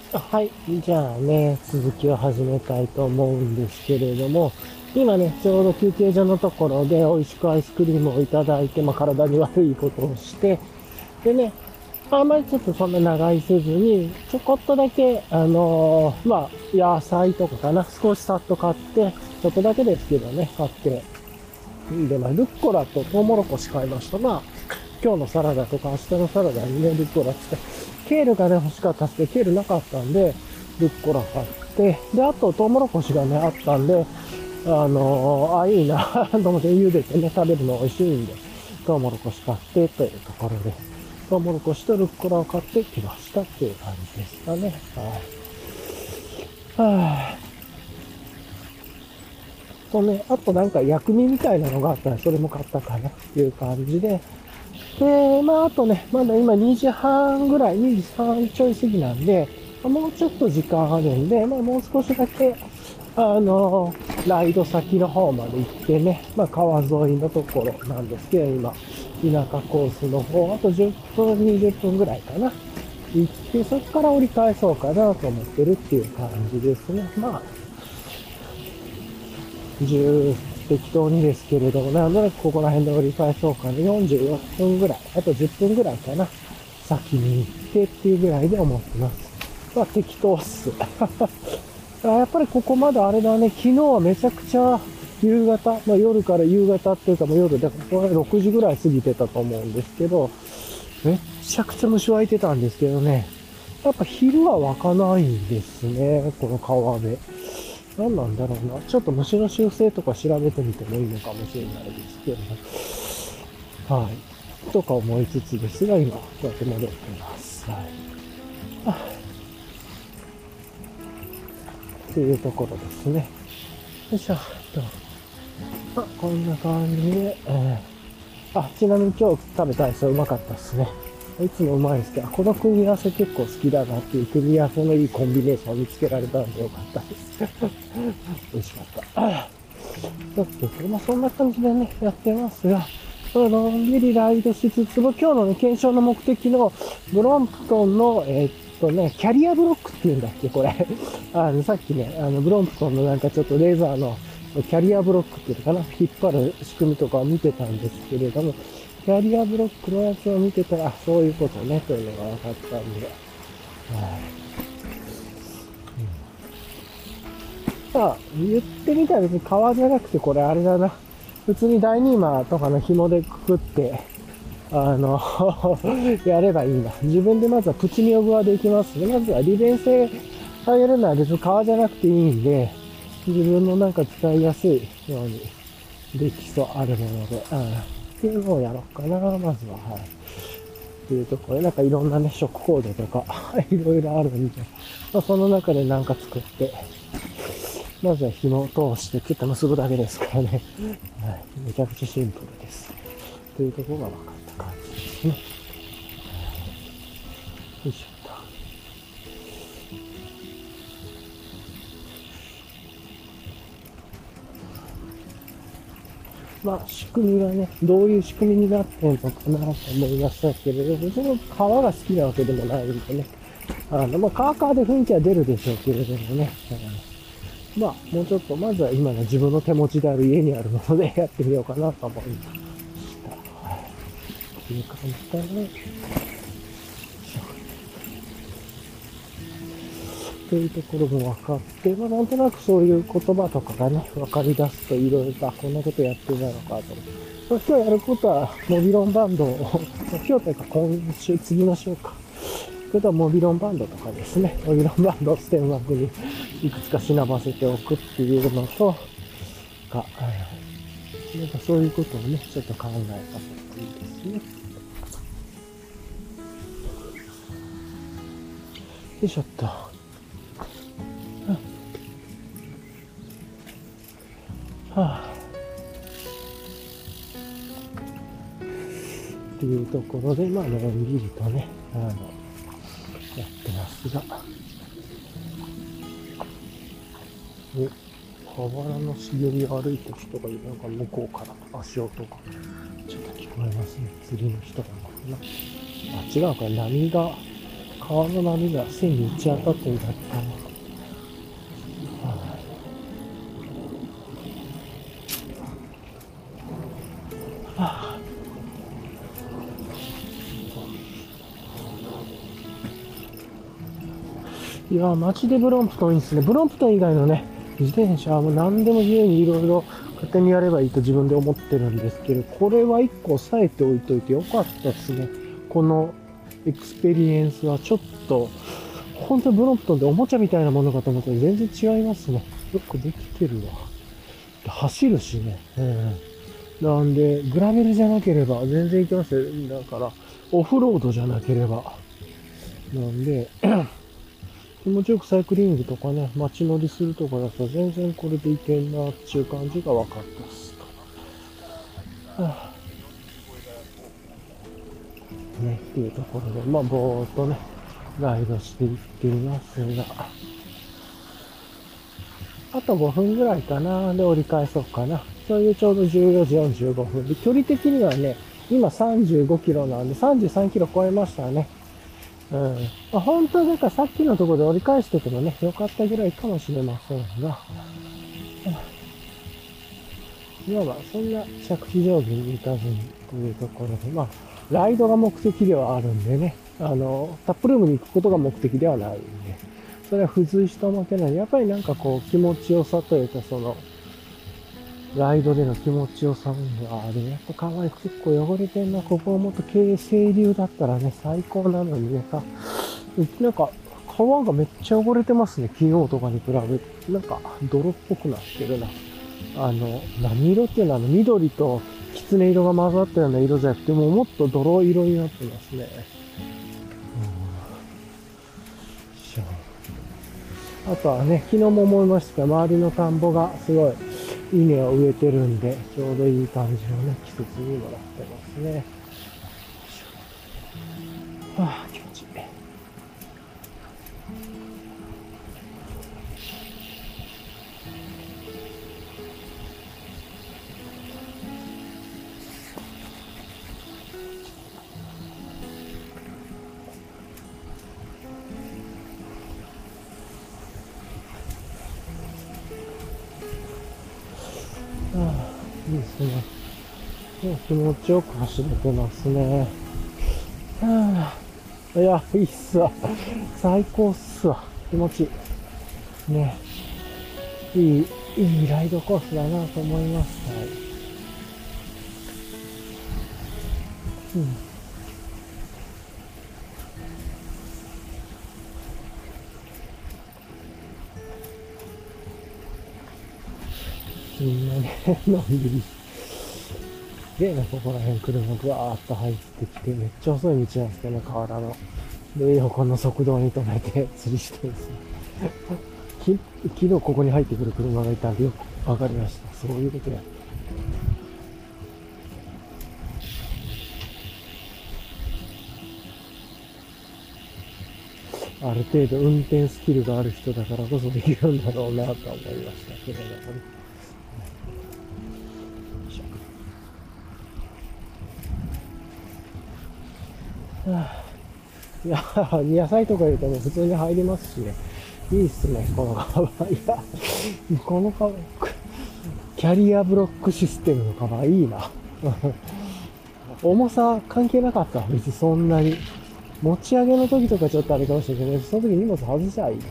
はい。じゃあね、続きを始めたいと思うんですけれども、今ね、ちょうど休憩所のところで美味しくアイスクリームをいただいて、体に悪いことをして、でね、あんまりちょっとそんな長居せずに、ちょこっとだけ、野菜とかかな、少しさっと買って、ちょっとだけですけどね、買って、で、ルッコラとトウモロコシ買いました。今日のサラダとか明日のサラダにね、ルッコラつって、ケールがね、欲しかったんですけど、ケールなかったんで、ルッコラ買って、で、あとトウモロコシがね、あったんで、いいなと思って茹でてね、食べるの美味しいんで、トウモロコシ買ってというところで、トウモロコシとルッコラを買ってきましたっていう感じですかね。はい。とね、あとなんか薬味みたいなのがあったらそれも買ったかなっていう感じで、で、あとね、まだ今2時半ぐらい、2時半ちょい過ぎなんで、もうちょっと時間あるんで、もう少しだけ、ライド先の方まで行ってね、川沿いのところなんですけど、今、田舎コースの方、あと10分、20分ぐらいかな。行って、そこから折り返そうかなと思ってるっていう感じですね。10適当にですけれども、なんとなくここら辺で折り返そうかな。44分ぐらい、あと10分ぐらいかな。先に行ってっていうぐらいで思ってます。適当っす。やっぱりここまだあれだね、昨日はめちゃくちゃ夕方、夜から夕方っていうかもう夜で、これ6時ぐらい過ぎてたと思うんですけど、めっちゃくちゃ虫湧いてたんですけどね、やっぱ昼は湧かないんですね、この川辺。何なんだろうな。ちょっと虫の習性とか調べてみてもいいのかもしれないですけど、はい。とか思いつつですが、今、こうやって戻ってます。はい。っていうところですね。よいしょ。こんな感じで、ちなみに今日食べたアイスはうまかったですね。いつもうまいですけど、この組み合わせ結構好きだなっていう組み合わせのいいコンビネーションを見つけられたんでよかったです。美味しかった。だって、そんな感じでね、やってますが、のんびりライドしつつも、今日のね、検証の目的のブロンプトンの、キャリアブロックっていうんだっけ、これ。さっきね、ブロンプトンのなんかちょっとレーザーのキャリアブロックっていうのかな、引っ張る仕組みとかを見てたんですけれども、キャリアブロックのやつを見てたら、そういうことね、というのが分かったんで、言ってみたら別に革じゃなくてこれあれだな。普通に第2マとかの紐でくくって、やればいいんだ。自分でまずはプチミョグはできますね。まずは利便性上げるのは別に革じゃなくていいんで、自分のなんか使いやすいようにできそうあるもので、っていうのをやろうかな、まずは。はい。っていうところで、なんかいろんなね、食コードとかいろいろあるんで、その中でなんか作って、まずは紐を通してキュッと結ぶだけですからね。はい。めちゃくちゃシンプルです。というところが分かった感じですね。よいしょっと。仕組みはね、どういう仕組みになってるのかなと思いましたけれども、その皮が好きなわけでもないんでね。カーカーで雰囲気は出るでしょうけれどもね。もうちょっと、まずは今の自分の手持ちである家にあるものでやってみようかなと思いました。はい。っていう感じだね。というところも分かって、なんとなくそういう言葉とかがね、分かり出すといろいろと、こんなことやってるのかと思って。今日やることは、モビロンバンドを、今日というか今週、次の週か。それとはモビロンバンドとかですね、モビロンバンドをステム枠にいくつか忍ばせておくっていうのと、なんかそういうことをね、ちょっと考えた方がいいですね。よいしょっと。っていうところで、のんびりとね、やってますが、河原の茂みを歩いてる人がいるのが向こうから足音がちょっと聞こえますね。釣りの人なのかな。違うか、波が、 川の波が線に打ち当たってるだけかな。いやー、街でブロンプトンいいっすね。ブロンプトン以外のね、自転車はもう何でも自由にいろいろ勝手にやればいいと自分で思ってるんですけど、これは一個押さえておいといてよかったですね。このエクスペリエンスはちょっと、本当にブロンプトンでおもちゃみたいなものかと思ったら全然違いますね。よくできてるわ。走るしね。なんで、グラベルじゃなければ全然いけますよ。だから、オフロードじゃなければ。なんで、気持ちよくサイクリングとかね、街乗りするとかだったら全然これでいけんなっていう感じが分かったっすと。ね、っていうところで、まあ、ぼーっとね、ライドしていっていますが、あと5分ぐらいかな。で、折り返そうかな。それでちょうど14時45分で、距離的にはね、今35キロなんで33キロ超えましたね。まあ、本当はなんかさっきのところで折り返しててもね、良かったぐらいかもしれませんが、まあまあ、そんな着地定規に行かずにというところで、まあ、ライドが目的ではあるんでね、タップルームに行くことが目的ではないんで、それは付随したわけなんで、やっぱりなんかこう気持ちよさというか、その、ライドでの気持ちよさがある。やっぱ川結構汚れてんな。ここをもっと清流だったらね、最高なのにね、なんか、川がめっちゃ汚れてますね。昨日とかに比べて。なんか、泥っぽくなってるな。何色っていうのは緑ときつね色が混ざったような色じゃなくて、もうもっと泥色になってますね。あとはね、昨日も思いましたけど、周りの田んぼがすごい稲を植えてるんで、ちょうどいい感じのね、季節にもなってますね。はあ、気持ちいい。いいですね。気持ちよく走れてますね。いや、いいっすわ。最高っすわ。気持ちいい。ね。いいライドコースだなと思います。はい。みんなね、のんびり。で、ここら辺車がわーっと入ってきて、めっちゃ細い道なんですけどね、河原の。で、横の側道に止めて釣りしてるんですね。昨日ここに入ってくる車がいたんでよくわかりました。そういうことや。ある程度運転スキルがある人だからこそできるんだろうなと思いましたけれどもね。いや、野菜とか入れても普通に入りますしね。いいっすね、このカバン。いや、このカバン、キャリアブロックシステムのカバンいいな。重さ関係なかった。別にそんなに。持ち上げの時とかちょっとあれかもしれないけど、その時荷物外しゃいいです。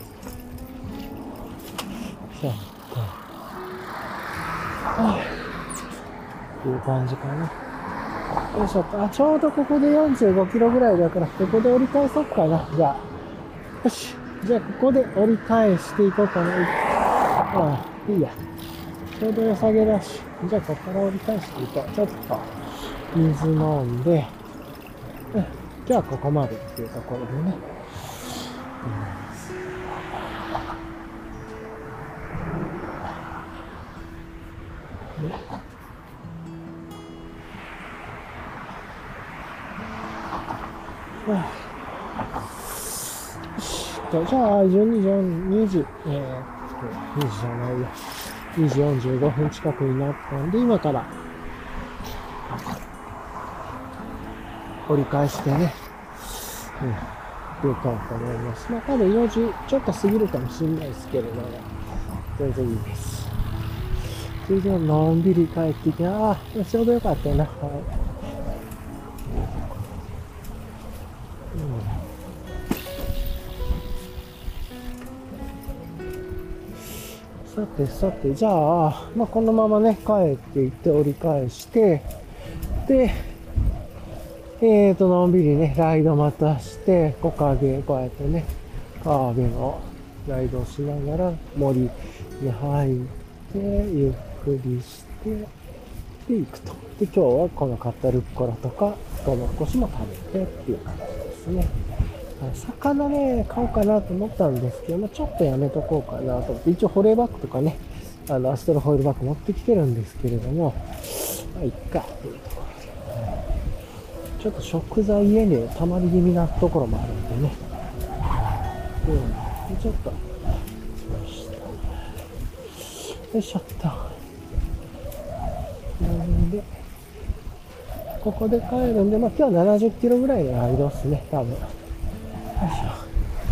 っていう感じかな。よいしょ。ちょうどここで45キロぐらいだから、ここで折り返そうかな。じゃあ。よし。じゃあ、ここで折り返していこうかな。いいや。ちょうど良さげだし。じゃあ、ここから折り返していこう。ちょっと、水飲んで、じゃあ、ここまでっていうところでね。じゃあ、12時、2時じゃないや。2時45分近くになったんで、今から折り返してね、 るかと思います。まあ多分4時ちょっと過ぎるかもしれないですけれども、全然いいです。それでのんびり帰ってきて、ああ、ちょうどよかったな。はい。さてさて、じゃあ、まあ、このままね、帰っていって折り返して、で、のんびりね、ライドまたして、木陰、こうやってね、川辺のライドをしながら森に入って、ゆっくりして、で、行くと。で、今日はこの買ったルッコラとか、トウモロコシも食べてっていう感じですね。魚ね、買おうかなと思ったんですけども、ちょっとやめとこうかなと思って、一応保冷バッグとかね、アストロホイルバッグ持ってきてるんですけれども、まあ、いっか、というところで。ちょっと食材家に溜まり気味なところもあるんでね。ちょっと、よいしょっと。なんで、ここで帰るんで、まあ今日は70キロぐらいのライドですね、多分。よいしょ。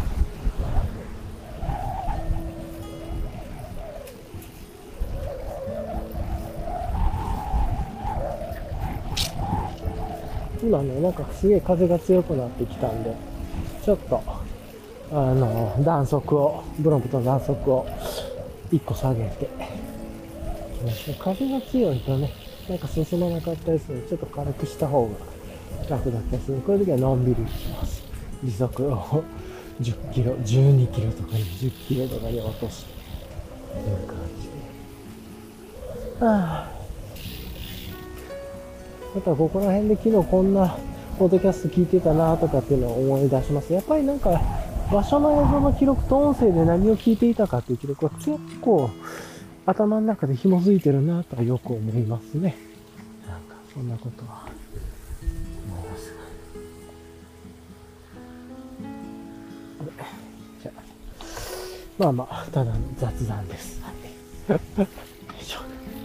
今ね、なんかすげえ風が強くなってきたんで、ちょっと、弾速を、ブロンプと弾速を1個下げて、風が強いとね、なんか進まなかったりするので、ちょっと軽くした方が楽だったりする。こういう時はのんびりします。時速を10キロ、12キロとかに10キロとかに落として、という感じで。はぁ。またここら辺で昨日こんなポッドキャスト聞いてたなとかっていうのを思い出します。やっぱりなんか場所の映像の記録と音声で何を聞いていたかっていう記録は結構頭の中で紐づいてるなとはよく思いますね。なんかそんなことは思います。じゃあまあまあただの雑談です。はい。よいしょ。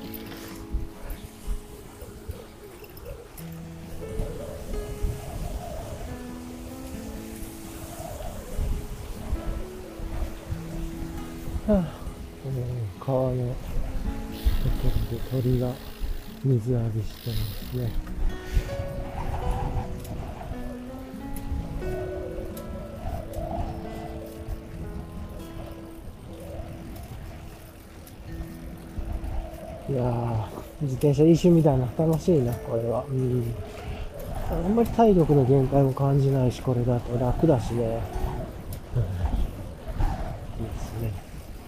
はあ、川のところで鳥が水浴びしてますね。いやー、自転車一瞬みたいな楽しいな、これは。あんまり体力の限界も感じないし、これだと楽だしね。いいですね。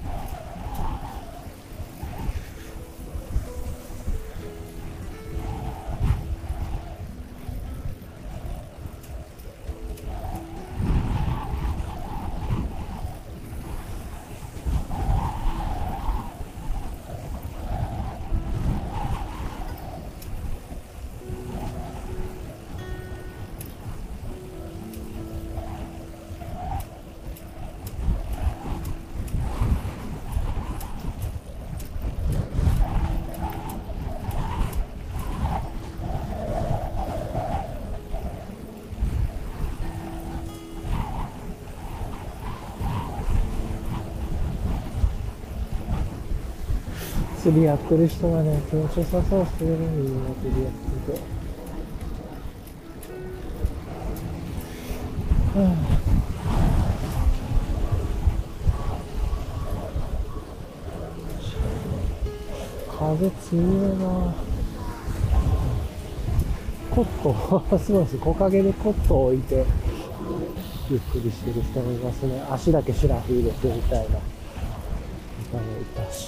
釣りやってる人がね、気持ちよさそうですね。みんな釣りやってて。風強いな。コット、すごいです。木陰でコットを置いて、ゆっくりしてる人もいますね。足だけシラフ入れてみたいな方もいたし。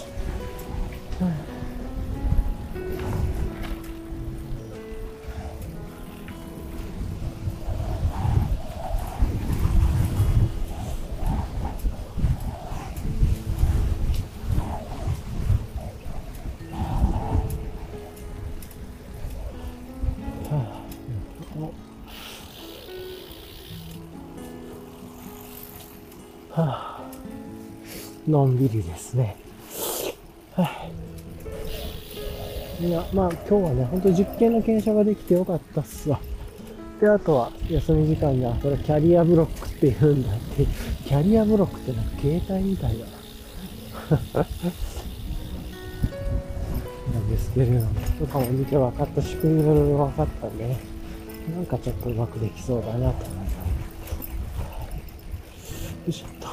のんびりですね。いや、まあ今日はね、ほんと実験の検証ができてよかったっすわ。 で、あとは休み時間には、それキャリアブロックって言うんだって、キャリアブロックってなんか携帯みたいだな。なんですけれども、とかも見て分かったし、仕組みがいろいろ分かったんでね、なんかちょっとうまくできそうだなと思います。よいしょっと。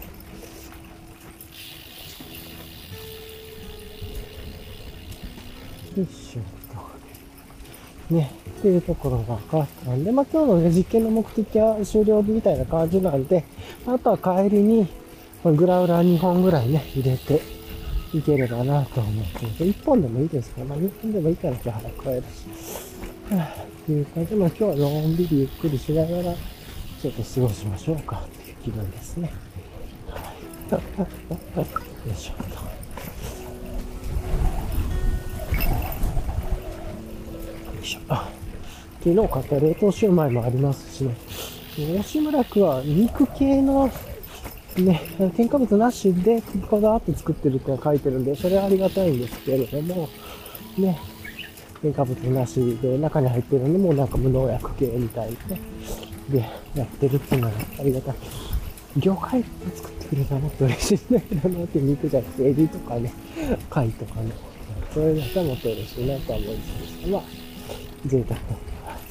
よいしょっと。ね、っていうところが分かったんで、まあ今日のね、実験の目的は終了みたいな感じなんで、あとは帰りに、グラウラー2本ぐらいね、入れていければなと思っていて、1本でもいいですから、まあ2本でもいいから今日早く帰るし、っていう感じで、まあ今日はのんびりゆっくりしながら、ちょっと過ごしましょうかっていう気分ですね。よいしょっと。よいしょ。昨日買った冷凍シュウマイもありますしね。吉村区は肉系のね、添加物なしでこだわって作ってるって書いてるんで、それはありがたいんですけれども、ね、添加物なしで中に入ってるのもなんか無農薬系みたいなね、でやってるっていうのはありがたい。魚介で作ってくれたらもっと嬉しいんだけどなって、肉じゃなくてエビとかね、貝とかね、そういうのがもっと嬉しいなとは思うんですけど、まあ、贅沢と思います。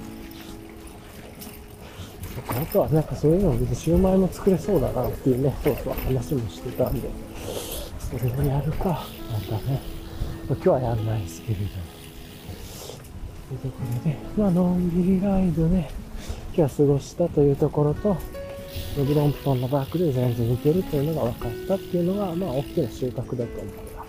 あとはなんかそういうのを見てシューマイも作れそうだなっていうね、そうそう話もしてたんで、それをやるか、またね、今日はやんないですけれども。というところで、まあのんびりライドね、今日は過ごしたというところと、ブロンプトンのバックで全然いけるというのが分かったっていうのが、まあ大きな収穫だと思います。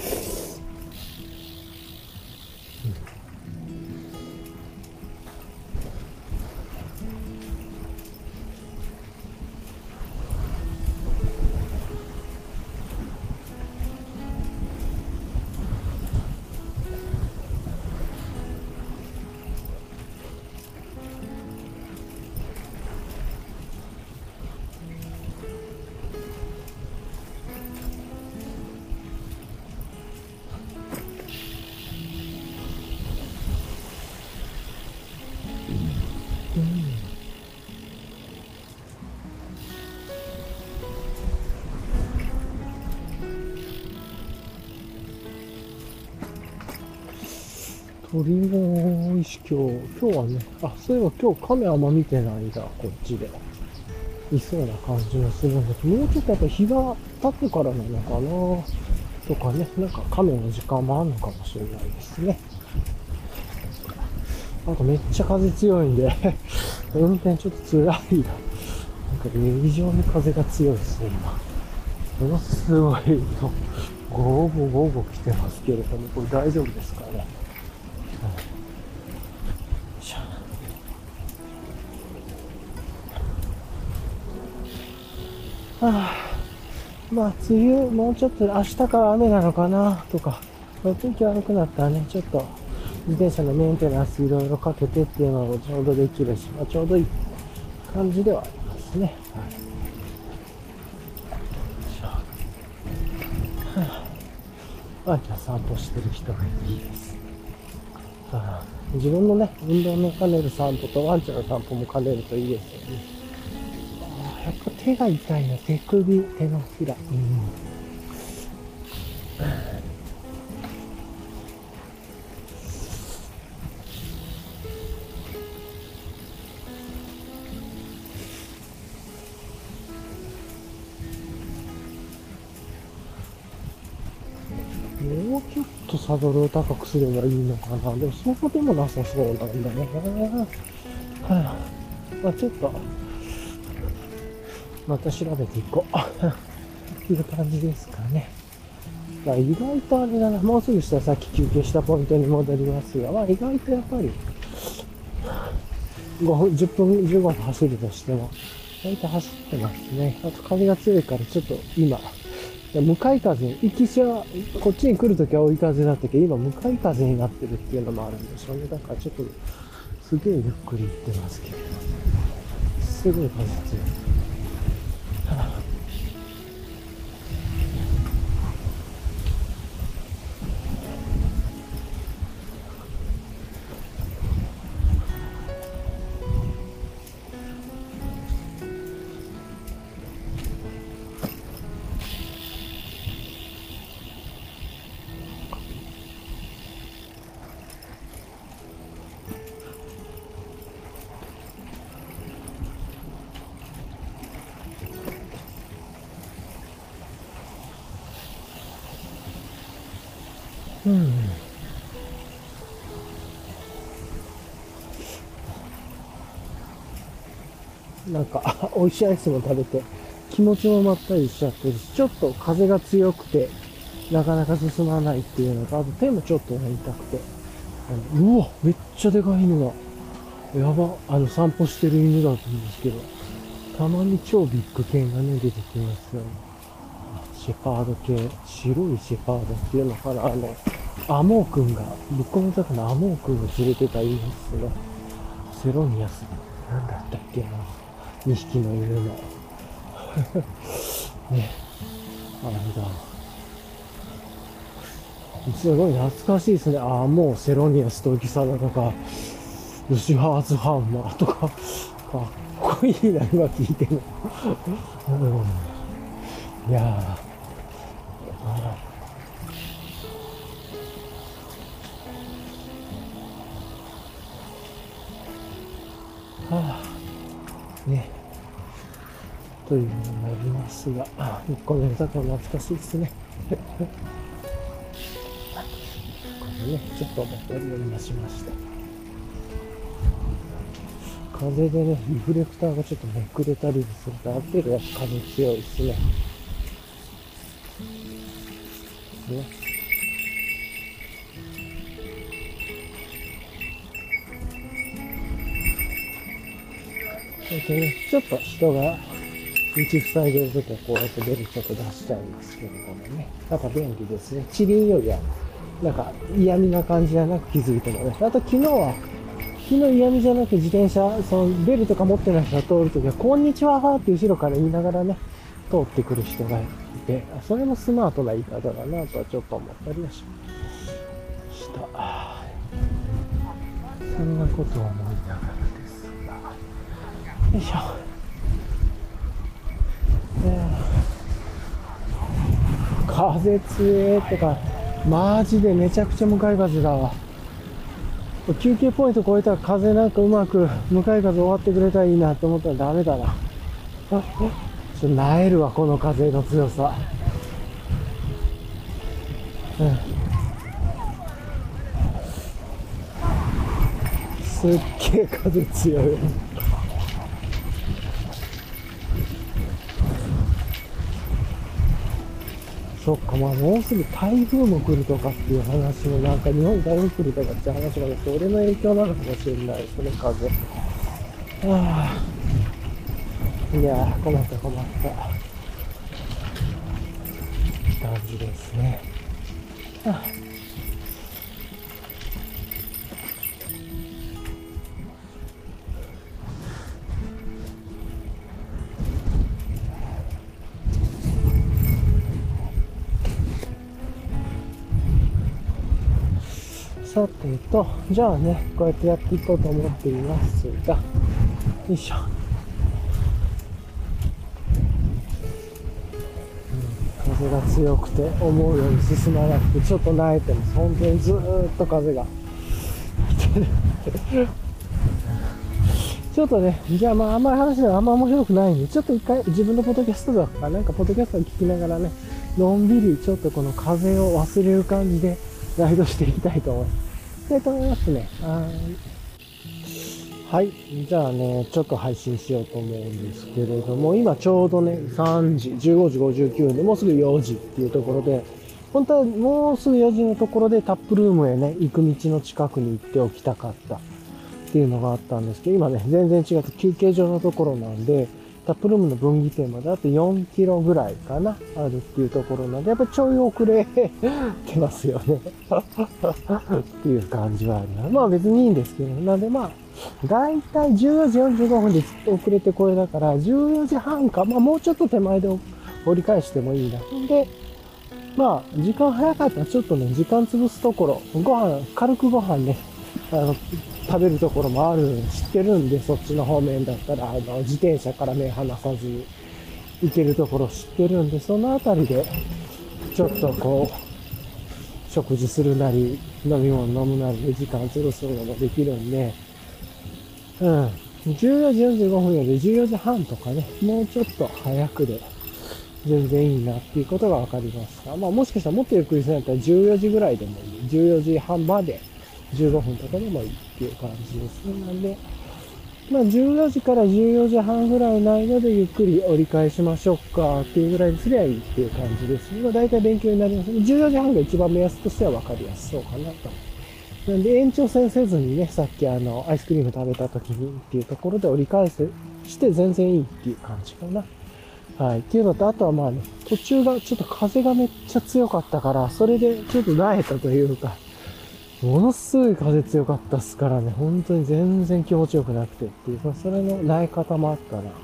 鳥も多いし、今日はね、そういえば今日カメあんま見てないだ、こっちで。いそうな感じがするんだけど、もうちょっとやっぱ日が経ってからなのかなとかね、なんかカメの時間もあるのかもしれないですね。なんかめっちゃ風強いんで運転ちょっと辛いな。なんか異常に風が強いですね、今。ものすごいと、ゴーゴー来てますけれども、これ大丈夫ですかね。まあ、梅雨、もうちょっと明日から雨なのかなとか、天気悪くなったらね、ちょっと自転車のメンテナンスいろいろかけてっていうのもちょうどできるし、まあ、ちょうどいい感じではありますね。ワンちゃん散歩してる人がいいです。自分のね、運動の兼ねる散歩とワンちゃんの散歩も兼ねるといいですよね。やっぱ手が痛いな、手首、手のひら。もうちょっとサドルを高くすればいいのかな。でもそうでもなさそうなんだね。まあちょっと、また調べていこう。っていう感じですかね。まあ意外とあれだな。もうすぐしたらさっき休憩したポイントに戻りますが、まあ意外とやっぱり、5分、10分、15分走るとしても、大体走ってますね。あと風が強いからちょっと今、向かい風、行きしは、こっちに来るときは追い風だったけど、今向かい風になってるっていうのもあるんでしょうね。だからちょっと、すげえゆっくり行ってますけど、すごい風強い。 うん。なんか、美味しいアイスも食べて、気持ちもまったりしちゃってるし、ちょっと風が強くて、なかなか進まないっていうのと、あと手もちょっとね、痛くて。うわ、めっちゃでかい犬が。やば、散歩してる犬だったんですけど、たまに超ビッグ犬がね、出てきますよね。シェパード系、白いシェパードっていうのかな、アモー君が、ぶっ込み坂のアモー君が連れてた犬ですね。セロニアス。なんだったっけな。2匹の犬の。ね、あれだ。すごい懐かしいですね。もうセロニアスとキサダとか、ルシファーズハンマーとか、かっこいいな、今聞いても。いやね。というのになりますが、1個目の歌懐かしいですね。これね、ちょっと思ったより読み出しました。風でね、リフレクターがちょっとめくれたりすると、ある程度やっぱ風強いですね。でね、ちょっと人が道塞いでるときはこうやってベルちょっと出しちゃいますけれどもね。やっぱ便利ですね。チリンよりは、なんか嫌味な感じじゃなく気づいてもね。あと昨日嫌味じゃなく自転車、そのベルとか持ってない人が通るときは、こんにちはって後ろから言いながらね、通ってくる人がいて、それもスマートな言い方だなとはちょっと思ったりはしました。そんなことを思いながらですが、よいしょ。風強えとか、マジでめちゃくちゃ向かい風だわ。休憩ポイント超えたら風なんかうまく向かい風終わってくれたらいいなと思ったらダメだな。ちょっと萎えるわ、この風の強さ。すっげえ風強い。そっか、まあもうすぐ台風も来るとかっていう話も、なんか日本に台風来るとかって話がね、それの影響なのかもしれないですね、風。いやー、困った感じですね。さてと、じゃあね、こうやってやっていこうと思っていますが、よいしょ。風が強くて思うように進まなくてちょっと萎えてます。本当にずーっと風が来てる。ちょっとね、じゃあまああんまり話があんま面白くないんで、ちょっと一回自分のポッドキャストとか、なんかポッドキャストを聞きながらね、のんびりちょっとこの風を忘れる感じでライドしていきたいと思いますね。はい。じゃあね、ちょっと配信しようと思うんですけれども、今ちょうどね、3時、15時59分で、もうすぐ4時っていうところで、本当はもうすぐ4時のところでタップルームへね、行く道の近くに行っておきたかったっていうのがあったんですけど、今ね、全然違って休憩所のところなんで、タップルームの分岐点まであと4キロぐらいかな、あるっていうところなんで、やっぱりちょい遅れてますよね。っていう感じはあります。まあ別にいいんですけど、なんでまあ、だいたい14時45分で遅れてこれだから、14時半か、まあもうちょっと手前で折り返してもいいな。で、まあ、時間早かったらちょっとね、時間潰すところ、軽くご飯ね、食べるところもある知ってるんで、そっちの方面だったら、自転車から目離さずに行けるところ知ってるんで、そのあたりで、ちょっとこう、食事するなり、飲み物飲むなりで時間潰すのもできるんで、14時45分より14時半とかね、もうちょっと早くで全然いいなっていうことが分かりました。まあもしかしたらもっとゆっくりするんだったら14時ぐらいでもいい。14時半まで15分とかでもいいっていう感じですね。なんで、まあ14時から14時半ぐらいの間でゆっくり折り返しましょうかっていうぐらいにすりゃいいっていう感じですね。まあ大体勉強になりますね。14時半が一番目安としては分かりやすそうかなと。なんで延長戦せずにね、さっきアイスクリーム食べた時にっていうところで折り返して全然いいっていう感じかな。はい。っていうのと、あとはまあね、途中がちょっと風がめっちゃ強かったから、それでちょっと萎えたというか、ものすごい風強かったっすからね、本当に全然気持ちよくなくてっていうか、それの萎え方もあったなと思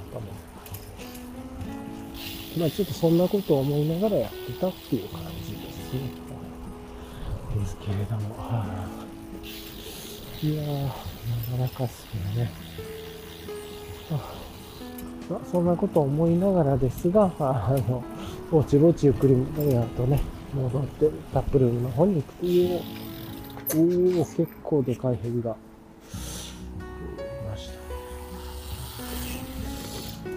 う。まあちょっとそんなことを思いながらやってたっていう感じですね。ですけれども、いやー、なかなかっすね。まあ、そんなことを思いながらですが、ぼちぼちゆっくりやるとね、戻ってタップルームの方に行くという、結構でかいヘビがいました。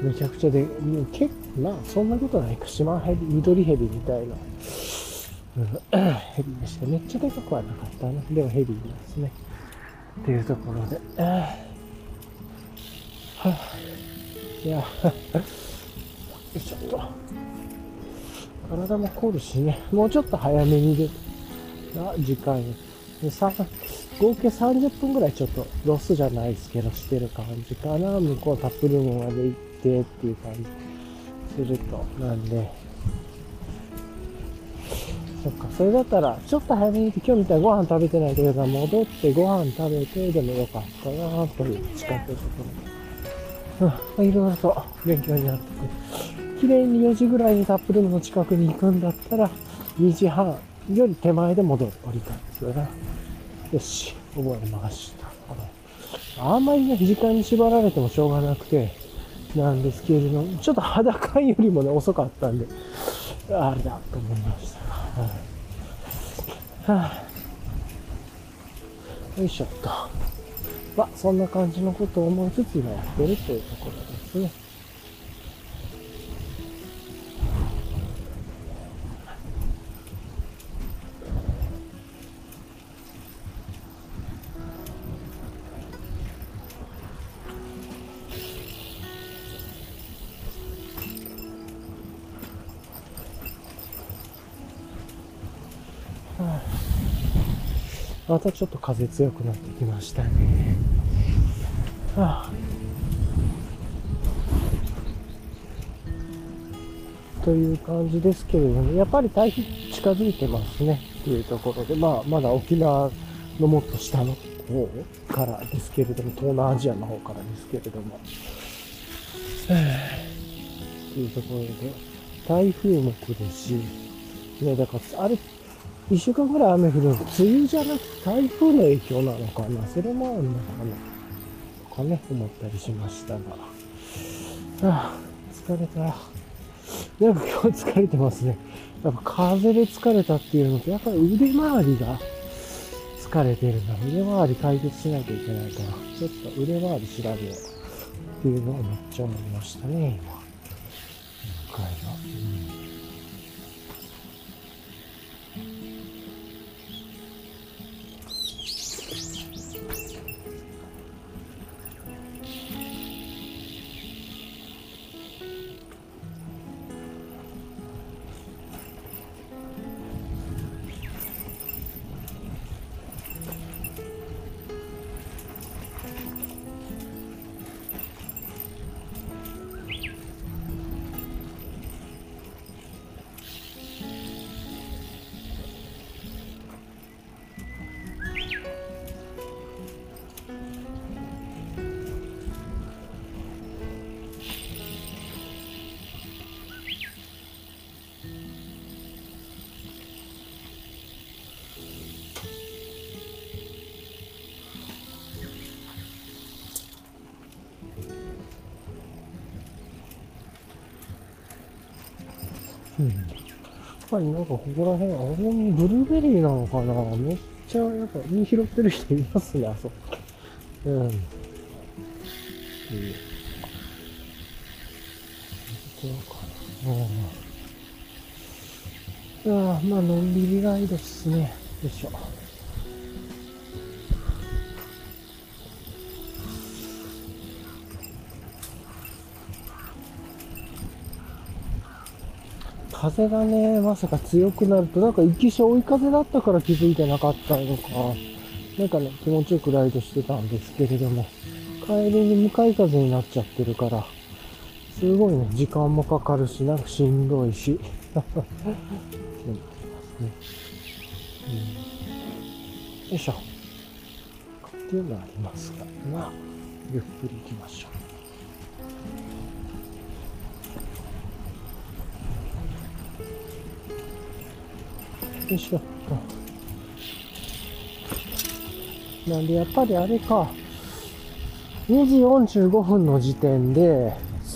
めちゃくちゃで、まあそんなことないか、シマヘビ、緑ヘビみたいな、ヘビでした。めっちゃでかくはなかったな。でもヘビですね。っていうところで、いや、ちょっと、体も凝るしね、もうちょっと早めに出た時間に、合計30分ぐらいちょっとロスじゃないですけど、してる感じかな。向こうタップルームまで行ってっていう感じすると。なんで、そっか、それだったら、ちょっと早めに行って、今日みたいにご飯食べてないけど、戻ってご飯食べてでもよかったなという近くのところで。いろいろと勉強になってくる。綺麗に4時ぐらいにタップルームの近くに行くんだったら、2時半より手前で折り返すよな。よし、覚えました。あんまりね、時間に縛られてもしょうがなくて、なんですけれども、ちょっと肌感よりもね、遅かったんで、あれだと思いました。よいしょっと。まあ、そんな感じのことを思いつつ今やってるというところですね。またちょっと風強くなってきましたね。という感じですけれども、やっぱり台風近づいてますねっていうところで、まあ、まだ沖縄のもっと下の方からですけれども、東南アジアの方からですけれども、っていうところで、台風も来るし、ね、だからあれ、1週間ぐらい雨降るの、梅雨じゃなくて台風の影響なのかな、それもあるのかな、とかね、思ったりしましたが、疲れた。なんか今日疲れてますね。やっぱ風で疲れたっていうのと、やっぱり腕周りが疲れてるな。腕周り解決しなきゃいけないから、ちょっと腕周り調べようっていうのをめっちゃ思いましたね、今。今回は。やっぱりなんかここら辺、あれにブルーベリーなのかな、めっちゃやっぱ実拾ってる人いますね、あそこ。そうかな。 まあ、のんびりライドっすね。よいしょ。風がね、まさか強くなると、なんか行きし追い風だったから気づいてなかったのか。なんかね、気持ちよくライドしてたんですけれども、帰りに向かい風になっちゃってるから、すごいね、時間もかかるし、なんかしんどいし。よいしょ。っていうのがありますが、まあ、ゆっくり行きましょう。よいしょ。なんでやっぱりあれか、2時45分の時点で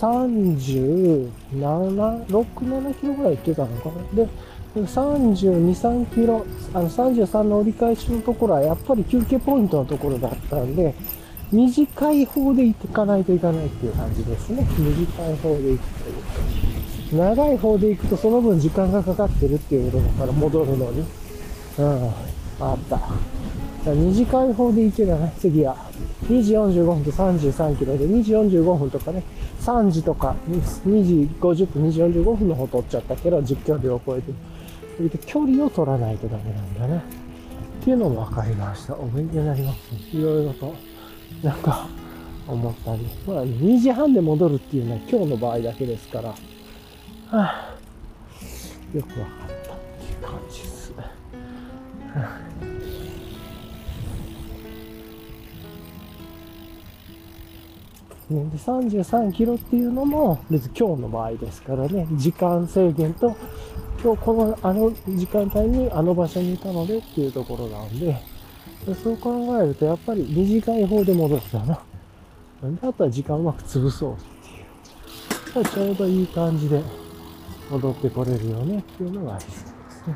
37、6、7キロぐらい行ってたのかな。で、32、3キロ、33の折り返しのところはやっぱり休憩ポイントのところだったんで、短い方で行かないといかないっていう感じですね。短い方で行くというか。長い方で行くとその分時間がかかってるっていうことだから戻るのに。あった。短い方で行けばね、次は。2時45分と33キロで、2時45分とかね、3時とか、2時50分、2時45分の方取っちゃったけど、実況量を超えて、距離を取らないとダメなんだね。っていうのも分かりました。お勉強になりますね。いろいろと、なんか、思ったり。まあ、2時半で戻るっていうのは今日の場合だけですから、よく分かったっていう感じです。で33キロっていうのも別に今日の場合ですからね、時間制限と今日この時間帯にあの場所にいたのでっていうところなんで、そう考えるとやっぱり短い方で戻すだな。なんであとは時間をうまく潰そうっていう。ちょうどいい感じで戻ってこれるよねっていうのがありそうですね。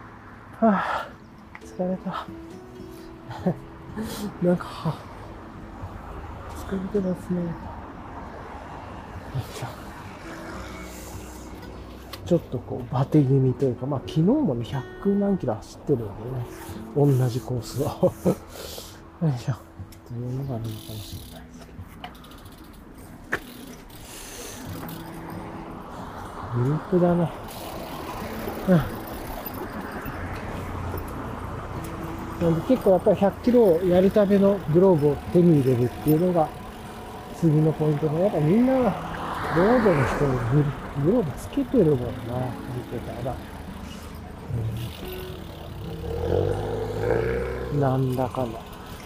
疲れた。なんか、疲れてますね。ちょっとこう、バテ気味というか、まあ昨日もね、100何キロ走ってるんでね、同じコースを。よいしょ。というのがあるのかもしれないですけど。グループだね。なんで結構やっぱり100キロをやるためのグローブを手に入れるっていうのが次のポイントで、やっぱみんなロードの人にグローブつけてるもんな、見てたら。なんだかんだ。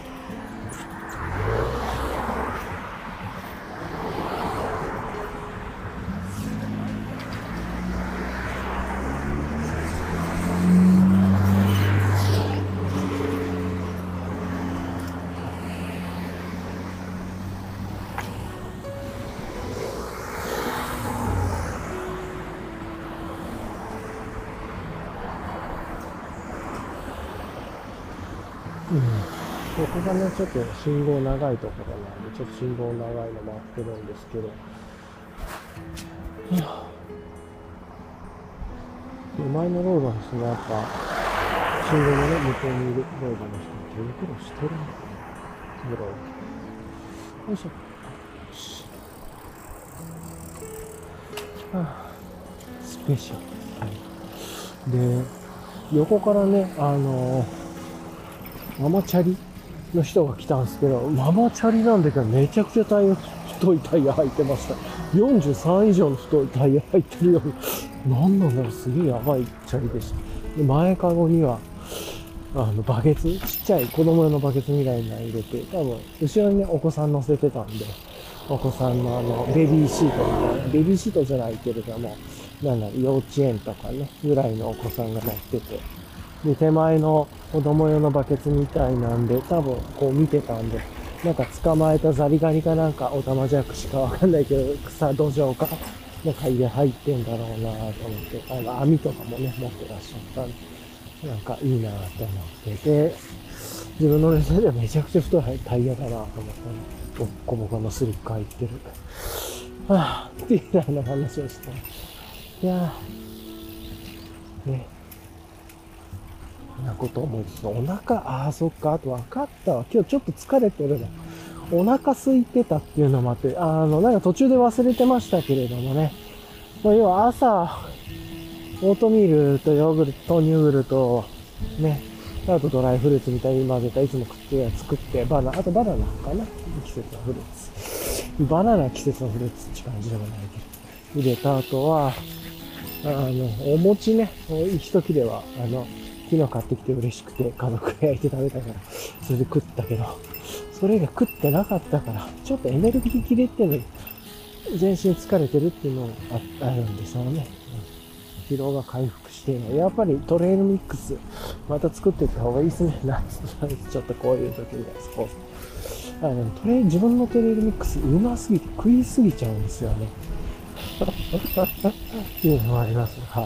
ここがね、ちょっと信号長いところなんで、ちょっと信号長いの回ってるんですけど、前のロードの人もやっぱ、信号のね、向こうにいるロードの人、手袋してるんだね。よいしょ。スペシャル。で、横からね、ママチャリの人が来たんですけど、ママチャリなんだけどめちゃくちゃ太いタイヤ履いてました。43以上の太いタイヤ履いてるような。なんなんだろう、すげえやばいチャリでした。で、前かごには、バケツ、ちっちゃい子供用のバケツみたいなの入れて、多分、後ろにね、お子さん乗せてたんで、お子さんのベビーシートみたいな、ベビーシートじゃないけれども、幼稚園とかね、ぐらいのお子さんが乗ってて、で、手前の子供用のバケツみたいなんで、多分こう見てたんで、なんか捕まえたザリガニかなんか、オタマジャクシかわかんないけど、草土壌か、なんか入ってんだろうなと思って、網とかもね、持ってらっしゃったんで、なんかいいなと思ってて、自分の目線ではめちゃくちゃ太いタイヤだなと思ったね。ボッコボコのスリップ入ってる。っていうような話をして。いやー、ね。 なこと思いつつ、お腹、そっか、あと分かったわ。今日ちょっと疲れてるの。お腹空いてたっていうのもあって、なんか途中で忘れてましたけれどもね。要は朝、オートミールとヨーグルト、豆乳グルト、ね、あとドライフルーツみたいに混ぜたいつも作って、あとバナナかな、季節のフルーツ。バナナ季節のフルーツって感じでもないけど。入れた後は、お餅ね、一切れは、昨日買ってきて嬉しくて家族が焼いて食べたから、それで食ったけど、それが食ってなかったから、ちょっとエネルギー切れっていうのに、全身疲れてるっていうのがあるんですよね。疲労が回復しているの。やっぱりトレイルミックス、また作っていった方がいいですね。夏、ちょっとこういう時にそう。自分のトレイルミックスうますぎて食いすぎちゃうんですよね。っていうのがあります。はい。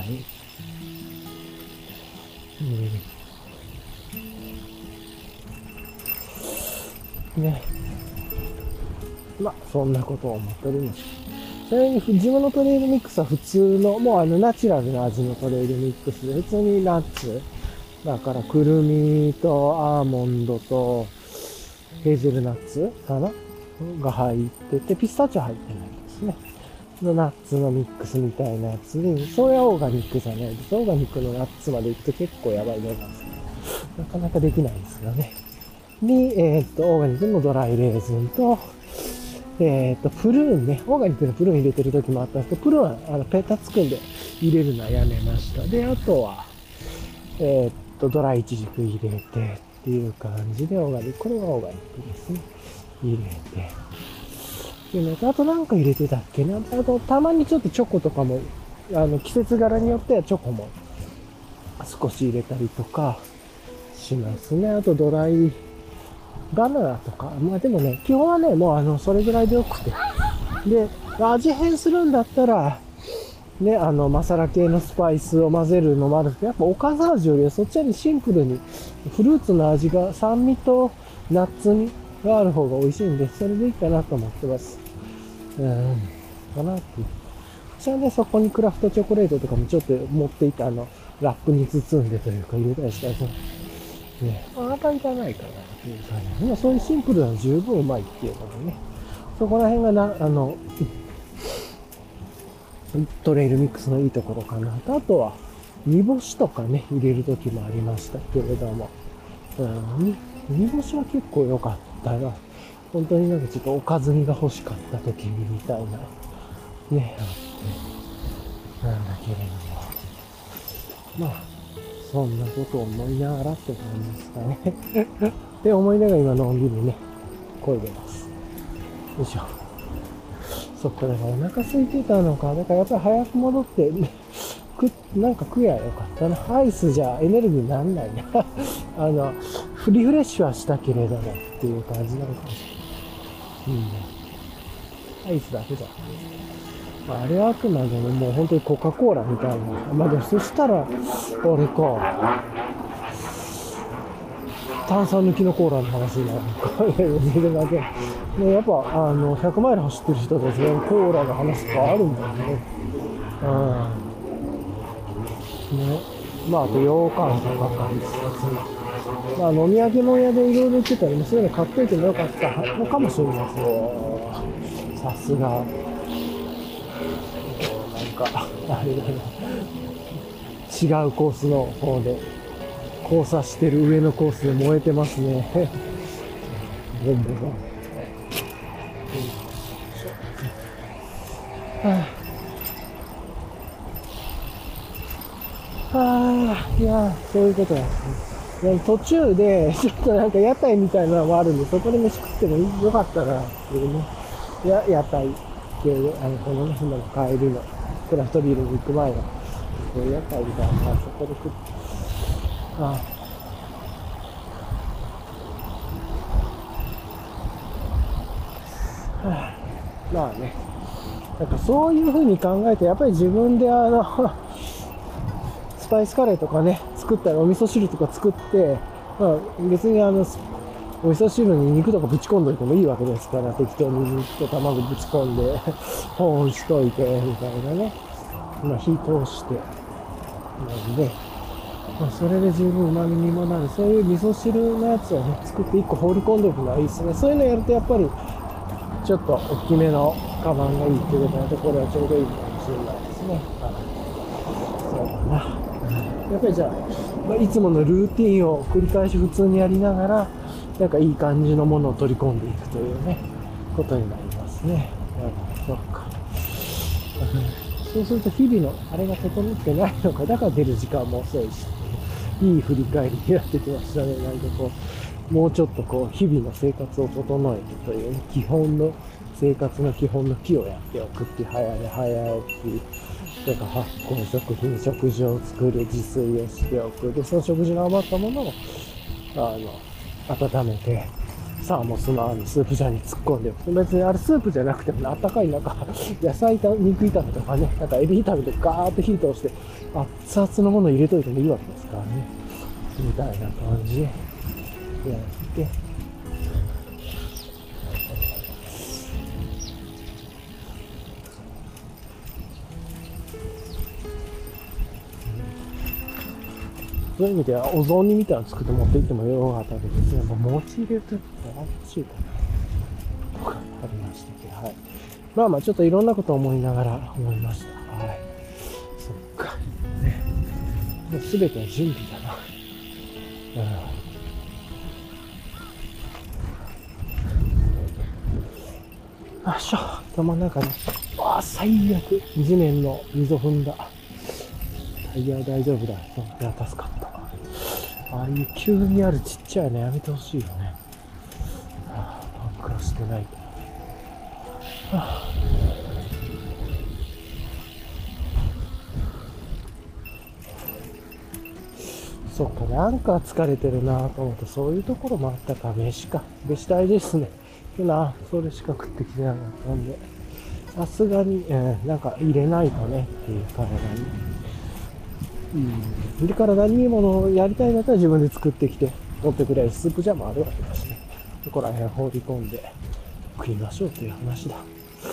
ね。まあ、そんなことを思っております。ちなみに自分のトレイルミックスは普通の、もうナチュラルな味のトレイルミックスで、普通にナッツ、だからくるみとアーモンドとヘーゼルナッツかなが入ってて、ピスタチオ入ってないですね。のナッツのミックスみたいなやつに、それはオーガニックじゃないです。オーガニックのナッツまで行くと結構やばい値段です。なかなかできないんですよね。に、オーガニックのドライレーズンと、プルーンね、オーガニックのプルーン入れてる時もあったんですけど、プルーンはペタつくんで入れるのはやめました。で、あとは、ドライイチジク入れてっていう感じでオーガニック、これはオーガニックですね。入れて。っていうのと、あとなんか入れてたっけな。あと、たまにちょっとチョコとかも、季節柄によってはチョコも少し入れたりとかしますね。あとドライバナナとか。まあでもね、基本はね、もうそれぐらいでよくて。で、味変するんだったら、ね、マサラ系のスパイスを混ぜるのもあるんですけど、やっぱおかず味よりはそっちにシンプルにフルーツの味が酸味とナッツ味がある方が美味しいんで、それでいいかなと思ってます。かなっていう。私はね、そこにクラフトチョコレートとかもちょっと持っていたラップに包んでというか入れたりしたりする。ね、あんまりいかないかなっていう感じ。まあそういうシンプルなの十分うまいっていうのでね。そこら辺がトレイルミックスのいいところかなと。あとは、煮干しとかね、入れる時もありましたけれども。煮干しは結構良かったな。本当になんかちょっとおかず煮が欲しかった時にみたいな、ね、あって、なんだけれども。まあ、そんなことを思いながらって感じですかね。で、思いながら今のんびりね、漕いでます。よいしょ。そっか、だからお腹空いてたのか。だからやっぱり早く戻って、なんか食えばよかったな。アイスじゃエネルギーになんないな。リフレッシュはしたけれどもっていう感じなのかもしれない。アイスだけじゃ。まあ、あれはあくまでももう本当にコカ・コーラみたいな。まあでもそしたら、あれか。炭酸抜きのコーラの話になるのか。それだけ。もうやっぱ、100マイル走ってる人たちがコーラの話とかあるんだよね。ね。まあ、あと羊羹とかか。まあ、飲み上げの屋でいろいろ言ってたりも、そういうの買っといてもよかったのかもしれないですよ。さすが。なんか、あれだな。違うコースの方で、交差してる上のコースで燃えてますね。ボンボンボン。いやそういうことなんですね。途中で、ちょっとなんか屋台みたいなのもあるんで、そこで飯食ってもよかったな、っていうね。屋台系で、このね、今の帰りの、クラフトビールに行く前の、屋台みたいなのがそこで食って、まあね。なんかそういう風に考えて、やっぱり自分でスパイスカレーとかね、作ったり、お味噌汁とか作って、まあ別にお味噌汁に肉とかぶち込んどいてもいいわけですから、適当に肉と卵ぶち込んで、保温しといて、みたいなね。まあ火通して、なんで、 まあ、それで十分旨味にもなる、そういう味噌汁のやつをね、作って1個放り込んでおくのはいいですね。そういうのやるとやっぱり、ちょっと大きめのカバンがいいっていうことなので、これはちょうどいいかもしれないですね。はい、そうだな。やっぱりじゃあ、まあ、いつものルーティンを繰り返し普通にやりながら、なんかいい感じのものを取り込んでいくというね、ことになりますね。そうか。そうすると日々のあれが整ってないのか、だから出る時間も遅いし、いい振り返りになってきましたね。なんかこう、もうちょっとこう、日々の生活を整えるという、ね、基本の、生活の基本の木をやっておくっていう、早起き、なんか発酵食品、食事を作る、自炊をしておく。で、その食事の余ったものを、温めて、サーモスのスープジャーに突っ込んでおく。別にあれスープじゃなくてもね、あったかいなんか、野菜と肉炒めとかね、なんかエビ炒めてガーッと火通して、熱々のものを入れといてもいいわけですからね。みたいな感じでやって、そういう意味ではお雑煮みたいなの作って持って行ってもよかったわけですね。もう餅入れると熱いかなとかありましたけど、はい。まあまあちょっといろんなことを思いながら思いました。はい。そっか。ね。もうすべては準備だな。あっしょ。頭の中ね。最悪。地面の溝踏んだ。タイヤ大丈夫だ。いや、助かった。ああいう急にあるちっちゃいのやめてほしいよね。パンクラしてないと。そっか、なんか疲れてるなと思って、そういうところもあったか、飯大ですね。それしか食ってきてなかったんで、さすがに、なんか入れないとねっていう体に。で、体にいいものをやりたいんだったら自分で作ってきて持ってくれるスープジャーもあるわけだしね。そこら辺放り込んで食いましょうという話だ。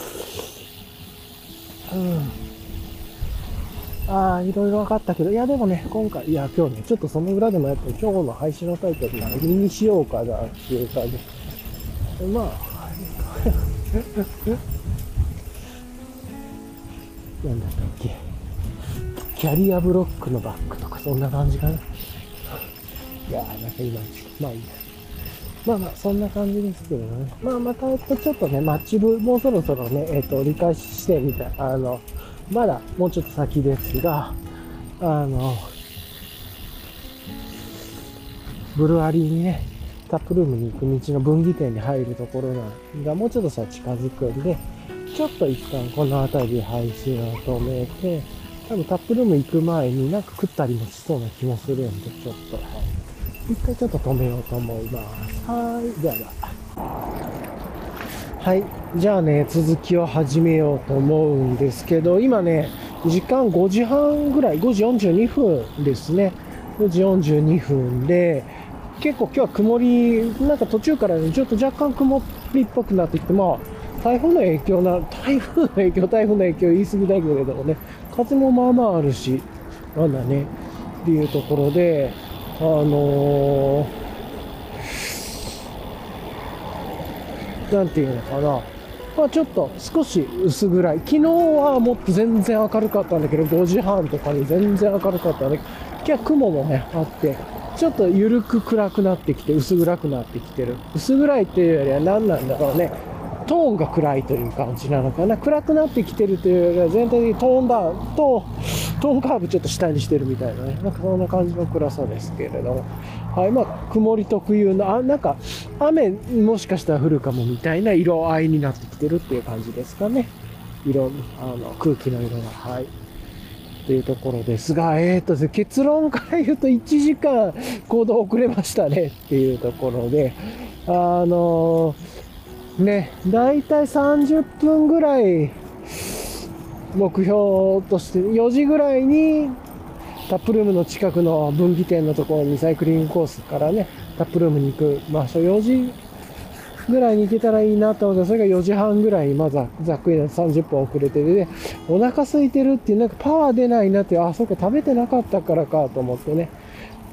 いろいろ分かったけど、いやでもね、今日ね、ちょっとその裏でもやって、今日の配信のタイトル何にしようかなっていう感じ。まあ、なんだったっけ。キャリアブロックのバッグとか、そんな感じかな。いやー、なんか今、まあいいや。まあ、そんな感じですけどね。またちょっとね、マッチ部、もうそろそろね、折り返ししてみたい。まだもうちょっと先ですが、ブルワリーにね、タップルームに行く道の分岐点に入るところがもうちょっと近づくんで、ちょっと一旦この辺りで配信を止めて、多分タップルーム行く前になんか食ったりもしそうな気もするんで、ちょっと、一回ちょっと止めようと思います。じゃあね、続きを始めようと思うんですけど、今ね、時間5時半ぐらい、5時42分ですね。5時42分で、結構今日は曇り、なんか途中からね、ちょっと若干曇りっぽくなってきて、台風の影響言い過ぎだけれどもね、風もまあまああるし、なんだね、っていうところで、なんていうのかな。ちょっと少し薄暗い。昨日はもっと全然明るかったんだけど、5時半とかに全然明るかったんで、今日は雲もね、あって、ちょっと緩く暗くなってきて、薄暗くなってきてる。薄暗いっていうよりは何なんだろうね。トーンが暗いという感じなのかな。暗くなってきてるというよりは全体的にトーンカーブちょっと下にしてるみたいなね。なんかそんな感じの暗さですけれども。曇り特有の、なんか雨もしかしたら降るかもみたいな色合いになってきてるっていう感じですかね。空気の色が。はい。というところですが、結論から言うと1時間行動遅れましたねっていうところで、だいたい30分ぐらい目標として、4時ぐらいにタップルームの近くの分岐点のところにサイクリングコースからね、タップルームに行く。4時ぐらいに行けたらいいなと思ったら、それが4時半ぐらいにまずざっくり30分遅れてて、お腹空いてるっていう、なんかパワー出ないなって、そうか食べてなかったからかと思ってね。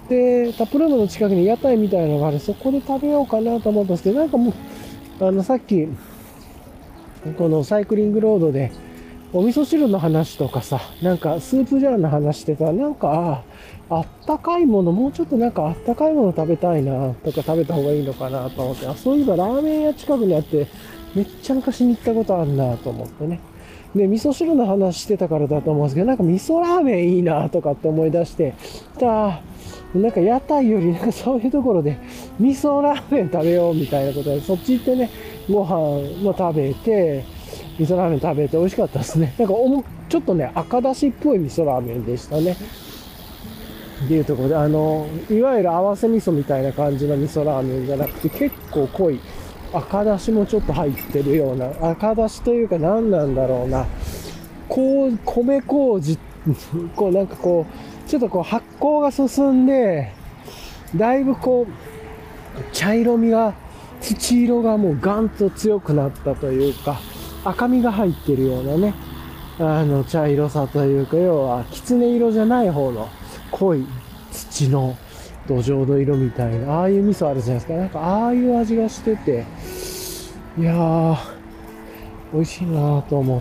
で、タップルームの近くに屋台みたいなのがある、そこで食べようかなと思ったんですけど、なんかもう、さっき、このサイクリングロードで、お味噌汁の話とかさ、なんかスープジャーの話してたら、なんか、あったかいもの、もうちょっとなんかあったかいもの食べたいな、とか食べた方がいいのかなと思って、そういえばラーメン屋近くにあって、めっちゃ昔に行ったことあるなと思ってね。で、味噌汁の話してたからだと思うんですけど、なんか味噌ラーメンいいなとかって思い出して、なんか屋台よりなんかそういうところで味噌ラーメン食べようみたいなことで、そっち行ってね、ご飯も食べて、味噌ラーメン食べて美味しかったですね。なんかちょっとね、赤だしっぽい味噌ラーメンでしたね。っていうところで、いわゆる合わせ味噌みたいな感じの味噌ラーメンじゃなくて、結構濃い。赤だしもちょっと入ってるような、赤だしというか何なんだろうな。米麹、なんかちょっと発酵が進んで、だいぶ茶色みが、土色がもうガンと強くなったというか、赤みが入ってるようなね、茶色さというか、要は、きつね色じゃない方の濃い土の土壌の色みたいな、ああいう味噌あるじゃないですか。なんか、ああいう味がしてて、いやー、美味しいなと思って、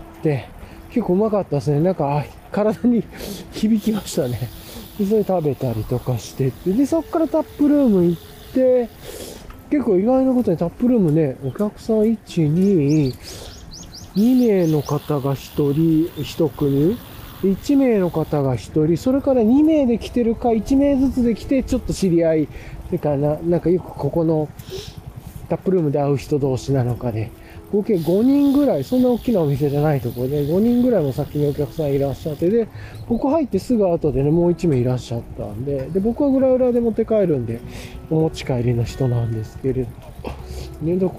結構うまかったですね。なんか、体に響きましたね。で、それ食べたりとかしてって、で、そっからタップルーム行って、結構意外なことにタップルームね、お客さん1、2、2名の方が1人、1組、1名の方が1人、それから2名で来てるか、1名ずつで来て、ちょっと知り合い、それからなんかよくここのタップルームで会う人同士なのかで、合計5人ぐらい、そんな大きなお店じゃないところで、5人ぐらいも先にお客さんいらっしゃって、で、ここ入ってすぐ後でね、もう1名いらっしゃったんで、で、僕は裏裏で持って帰るんで、お持ち帰りの人なんですけれど、ね、だから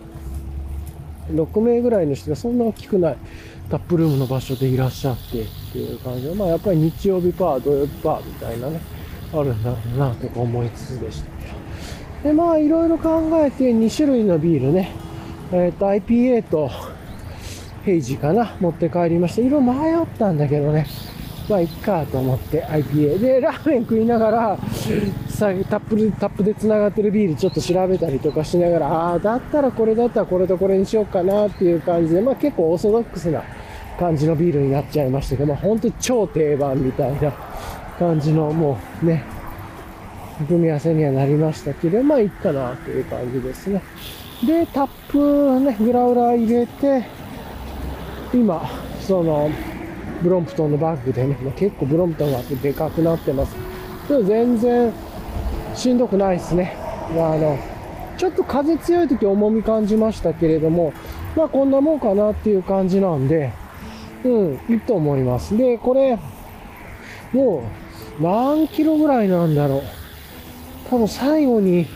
、6名ぐらいの人がそんな大きくないタップルームの場所でいらっしゃってっていう感じで、まあやっぱり日曜日パー、土曜日パーみたいなね、あるんだろうなとか思いつつでした。で、まあいろいろ考えて2種類のビールね、IPA とヘイジかな、持って帰りました。いろいろ迷ったんだけどね、まあいっかと思って IPA でラーメン食いながらタップで繋がってるビールちょっと調べたりとかしながら、だったらこれだったらこれとこれにしようかなっていう感じで、まあ結構オーソドックスな感じのビールになっちゃいましたけど、まあ本当に超定番みたいな感じのもうね、組み合わせにはなりましたけど、まあいいかなという感じですね。で、タップね、グラウラ入れて、今、ブロンプトンのバッグでね、結構ブロンプトンがでかくなってます。でも全然しんどくないですね。ちょっと風強い時重み感じましたけれども、まあこんなもんかなっていう感じなんで、いいと思います。で、これ、もう何キロぐらいなんだろう。多分最後に、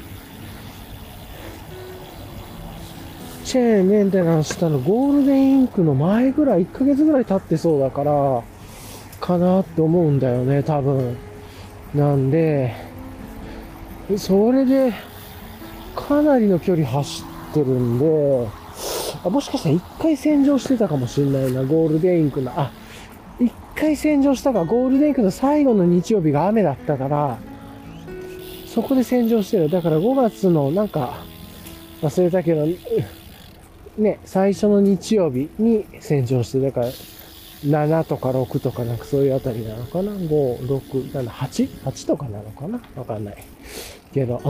チェーンメンテナンスしたのゴールデンインクの前ぐらい、1ヶ月ぐらい経ってそうだから、かなって思うんだよね、多分。なんで、それで、かなりの距離走ってるんで、もしかしたら1回洗浄してたかもしれないな、ゴールデンインクの。1回洗浄したか、ゴールデンインクの最後の日曜日が雨だったから、そこで洗浄してる。だから5月のなんか、忘れたけど、ね、最初の日曜日に洗浄して、だから7とか6とかなんかそういうあたりなのかな。5、6、7、8とかなのかな、わかんないけど、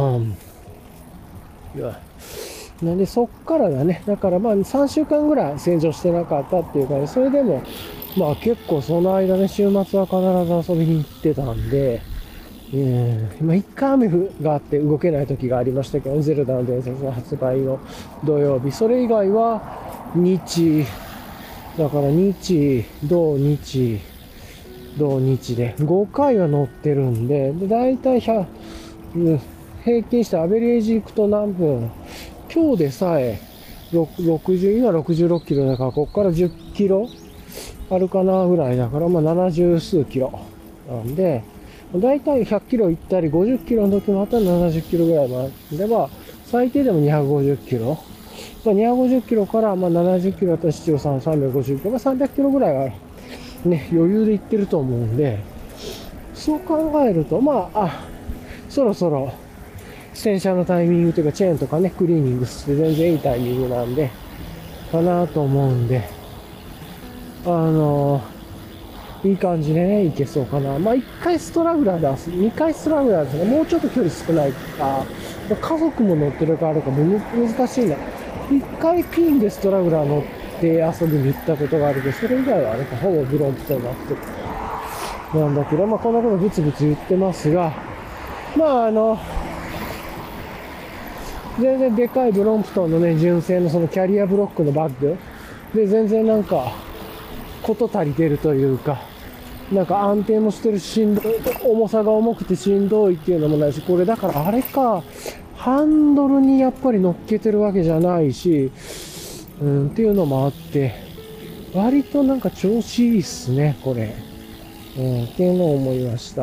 なんでそっからだね。だからまあ3週間ぐらい洗浄してなかったっていうか、それでもまあ結構その間ね、週末は必ず遊びに行ってたんで、今一回雨があって動けない時がありましたけど、ゼルダの伝説の発売の土曜日、それ以外はだから土日で5回は乗ってるんで、だいたい平均してアベレージ行くと何分、今日でさえ60、今66キロだから、ここから10キロあるかなぐらいだから、まあ70数キロなんで、だいたい100キロ行ったり、50キロの時もあったら70キロぐらいまでは、最低でも250キロ。まあ、250キロからまあ70キロだったら7、350キロ、まあ、300キロぐらいはね、余裕で行ってると思うんで、そう考えると、まあ、 そろそろ洗車のタイミングというかチェーンとかね、クリーニングして全然いいタイミングなんで、かなと思うんで、いい感じでね、いけそうかな。まあ、1回ストラグラーだ、2回ストラグラーですね。もうちょっと距離少ないか、家族も乗ってるからあるか難しいな。1回ピンでストラグラー乗って遊びに行ったことがあるけど、それ以外はね、ほぼブロンプトンになってる。なんだけど、まあ、こんなことブツブツ言ってますが、まあ、全然でかいブロンプトンのね、純正のそのキャリアブロックのバッグで、全然なんか、こと足りてるというか、なんか安定もしてるし、重さが重くてしんどいっていうのもないし、これだからあれか、ハンドルにやっぱり乗っけてるわけじゃないし、っていうのもあって、割となんか調子いいっすね、これ。っていうのを思いました。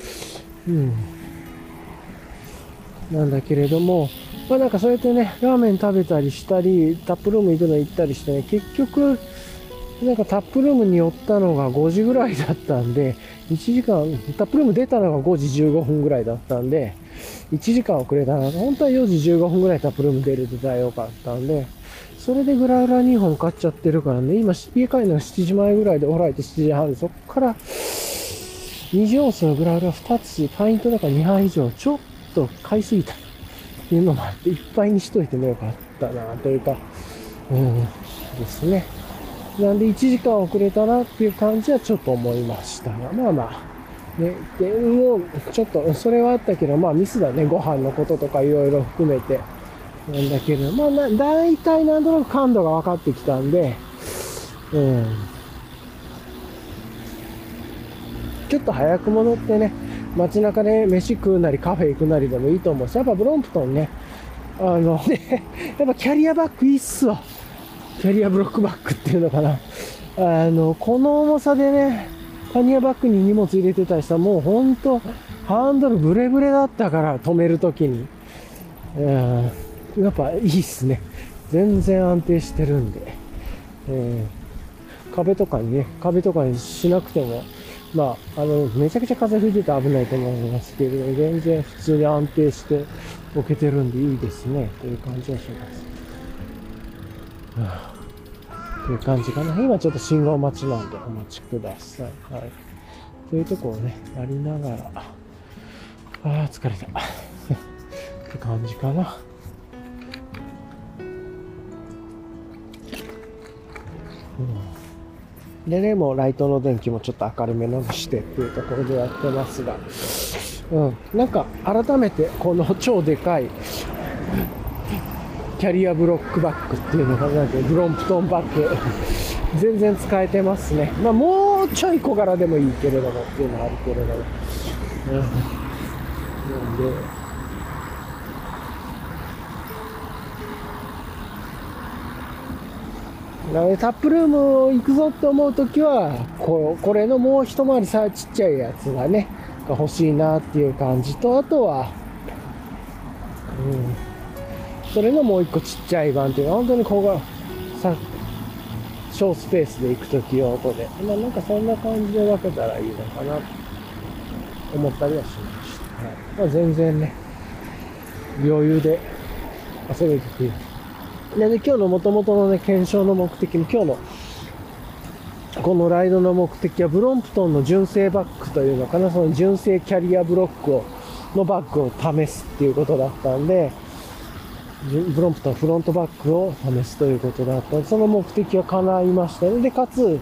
なんだけれども、まあなんかそうやってね、ラーメン食べたりしたり、タップルーム行くの行ったりしてね、結局、なんかタップルームに寄ったのが5時ぐらいだったんで、1時間、タップルーム出たのが5時15分ぐらいだったんで、1時間遅れたな。本当は4時15分ぐらいタップルーム出れてたらよかったんで、それでグラウラ2本買っちゃってるからね、今家帰るのが7時前ぐらいでおられて7時半で、そっから2次オースのグラウラ2つ、パイントだから2杯以上、ちょっと買いすぎたっていうのもあって、いっぱいにしといてもよかったな、というか、ですね。なんで1時間遅れたなっていう感じはちょっと思いましたが、まあまあ、ね、でもうちょっとそれはあったけど、まあミスだね、ご飯のこととかいろいろ含めてなんだけど、まあ大体なんとなく感度が分かってきたんで、ちょっと早く戻ってね、街中で飯食うなりカフェ行くなりでもいいと思うし、やっぱブロンプトンね、やっぱキャリアバッグいいっすわ。キャリアブロックバッグっていうのかな。この重さでね、キャリアバッグに荷物入れてたりしたらもうほんと、ハンドルブレブレだったから止めるときに。やっぱいいっすね。全然安定してるんで。壁とかにしなくても、まあ、めちゃくちゃ風吹いてて危ないと思いますけれど、全然普通に安定して置けてるんでいいですね。という感じはします。という感じかな。今ちょっと信号待ちなんでお待ちください。はい。というところをね、やりながら、疲れた。って感じかな。でね、もうライトの電気もちょっと明るめのにしてっていうところでやってますが、なんか改めてこの超でかいキャリアブロックバッグっていうのかな、ブロンプトンバッグ全然使えてますね。まあもうちょい小柄でもいいけれどもっていうのはあるけれども、なんでタップルーム行くぞって思うときはこれのもう一回りちっちゃいやつがねが欲しいなっていう感じと、あとはそれのもう一個ちっちゃい版っていうのは本当に小スペースで行くとき用途で、まあなんかそんな感じで分けたらいいのかなと思ったりはしました。はい。まあ全然ね余裕で遊べてくる。で、今日の元々のね、検証の目的も、今日のこのライドの目的は、ブロンプトンの純正バッグというのかな、その純正キャリアブロックのバッグを試すっていうことだったんで、ブロンプトンフロントバッグを試すということだったんで、その目的は叶いましたので、かつ、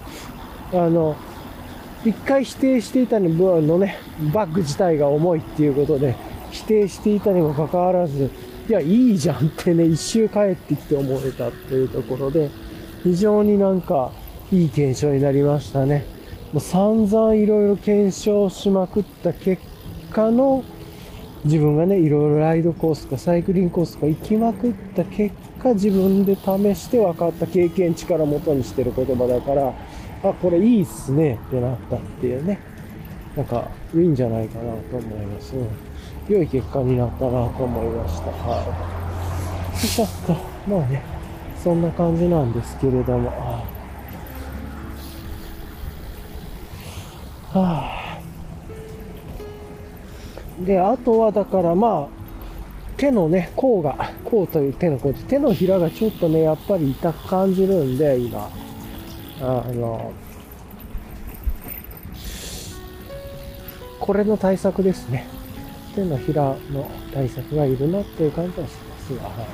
一回否定していたのね、バッグ自体が重いっていうことで、否定していたにもかかわらず、いや、いいじゃんってね、一周帰ってきて思えたっていうところで、非常になんか、いい検証になりましたね。もう散々いろいろ検証しまくった結果の、自分がね、いろいろライドコースとかサイクリングコースとか行きまくった結果、自分で試して分かった経験値から元にしてる言葉だから、あ、これいいっすねってなったっていうね。なんか、いいんじゃないかなと思います。良い結果になったなと思いました。はい。ちょっと、まあね、そんな感じなんですけれども。 で、あとはだからまあ、手のね、甲という手の甲、手のひらがちょっとね、やっぱり痛く感じるんで、今。これの対策ですね。手のひらの対策がいるなっていう感じはしますが、はい。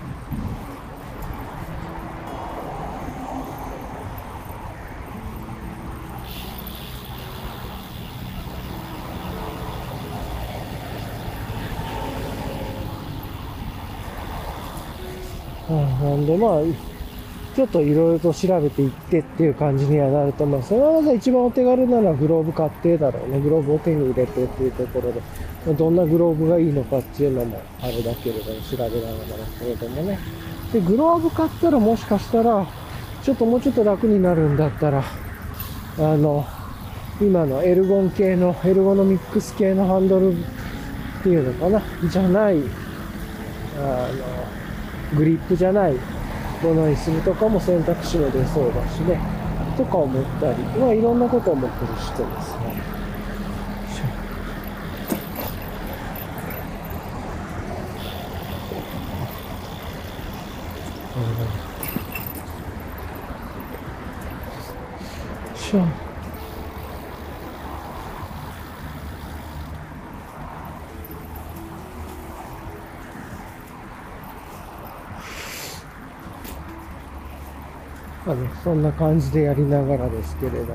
なんでまあ、ちょっといろいろと調べていってっていう感じにはなると思います。それはまず一番お手軽なのはグローブ買ってだろうね。グローブを手に入れてっていうところで、どんなグローブがいいのかっていうのもあれだけれども、調べながらだけれどもね。で、グローブ買ったらもしかしたら、もうちょっと楽になるんだったら、今のエルゴノミックス系のハンドルっていうのかなじゃない、グリップじゃないものにするとかも選択肢も出そうだしね、とか思ったり、まあいろんなことを思ってる人ですね。そんな感じでやりながらですけれども、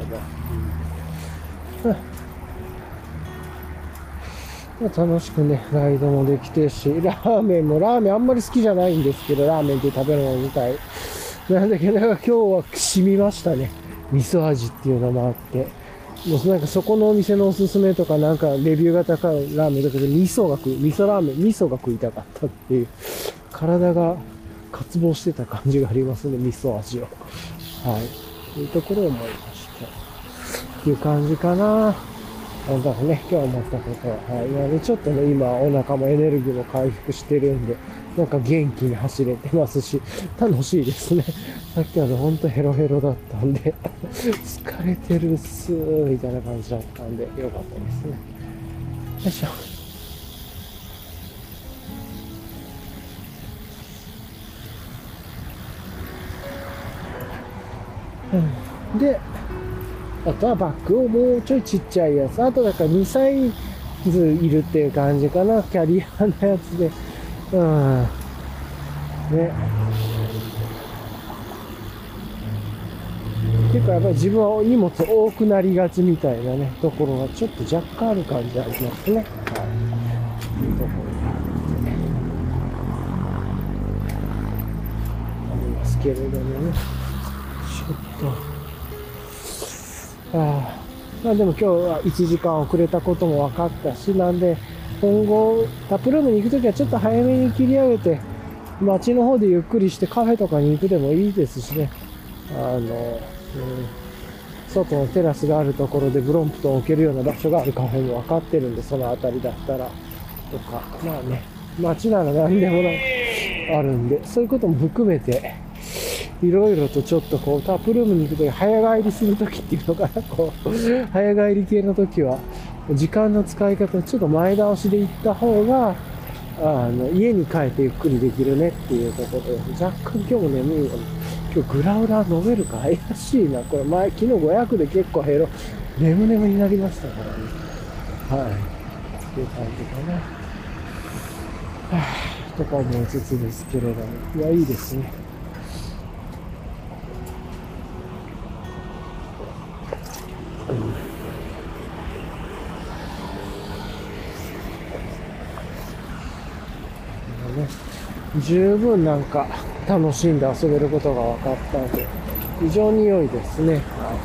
楽しくね、ライドもできてし、ラーメンあんまり好きじゃないんですけど、ラーメンっていう食べ物みたい。なんだけど、今日は染みましたね。味噌味っていうのもあって。もうなんかそこのお店のおすすめとかなんかレビューが高いラーメンだけど、味噌が食いたかったっていう、体が渇望してた感じがありますね、味噌味を。はい。というところを思いました。っていう感じかな。なんだろうね、今日思ったことは。はい。なのでちょっとね、今お腹もエネルギーも回復してるんで、なんか元気に走れてますし、楽しいですね。さっきはね、ほんとヘロヘロだったんで、疲れてるっすー、みたいな感じだったんで、よかったですね。よいしょ。で、あとはバッグをもうちょいちっちゃいやつ。あとだから2サイズいるっていう感じかな。キャリアのやつで。ね。結構やっぱり自分は荷物多くなりがちみたいなね、ところがちょっと若干ある感じありますね。はい。というところがありますけれどもね。ちょっと。まあでも今日は1時間遅れたことも分かったし、なんで今後タップルームに行くときはちょっと早めに切り上げて、街の方でゆっくりしてカフェとかに行くでもいいですしね。外のテラスがあるところでブロンプトンを置けるような場所があるカフェも分かってるんで、その辺りだったらとか、まあね、街なら何でもあるんで、そういうことも含めていろいろとちょっとこうタップルームに行くとき早帰りするときっていうのかな、こう早帰り系のときは時間の使い方をちょっと前倒しで行った方が家に帰ってゆっくりできるねっていうところで、若干今日も眠いよね。今日グラウラー飲めるか怪しいな。これ昨日500で結構眠々になりましたからね。はい。っていう感じかな。とか思いつつですけれども。いや、いいですね。十分なんか楽しんで遊べることが分かったので、非常に良いですね。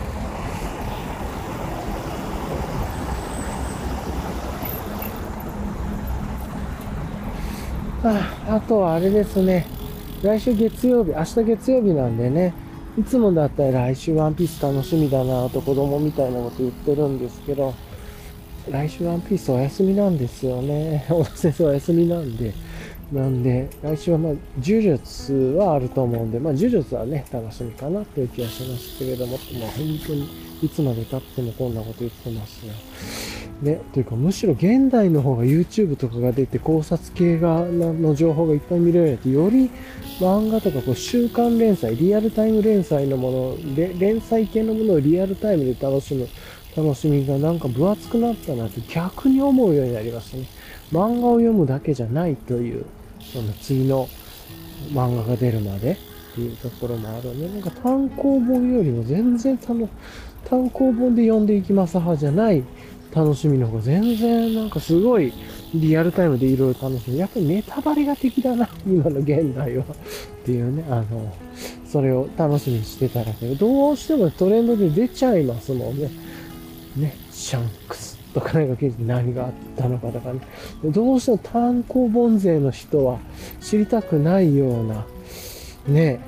あとはあれですね。明日月曜日なんでね、いつもだったら来週ワンピース楽しみだなと子供みたいなこと言ってるんですけど、来週ワンピースお休みなんですよね。小田先生お休みなんで。来週は呪術はあると思うんで、呪術はね、楽しみかなという気がしますけれども、本当にいつまで経ってもこんなこと言ってますよ。 ね、というかむしろ現代の方が YouTube とかが出て考察系の情報がいっぱい見れるようになって、より漫画とかこう週刊連載、リアルタイム連載のもので、連載系のものをリアルタイムで楽しみがなんか分厚くなったなって逆に思うようになりましたね。漫画を読むだけじゃないという、その次の漫画が出るまでっていうところもあるので、なんか単行本よりも全然単行本で読んでいきます派じゃない楽しみの方が全然なんかすごいリアルタイムでいろいろ楽しみ。やっぱりネタバレが敵だな、今の現代は。っていうね、それを楽しみにしてたらけど、どうしてもトレンドで出ちゃいますもんね。ね、シャンクスとかなんか何があったのかとかね。どうしても単行本勢の人は知りたくないような、ね、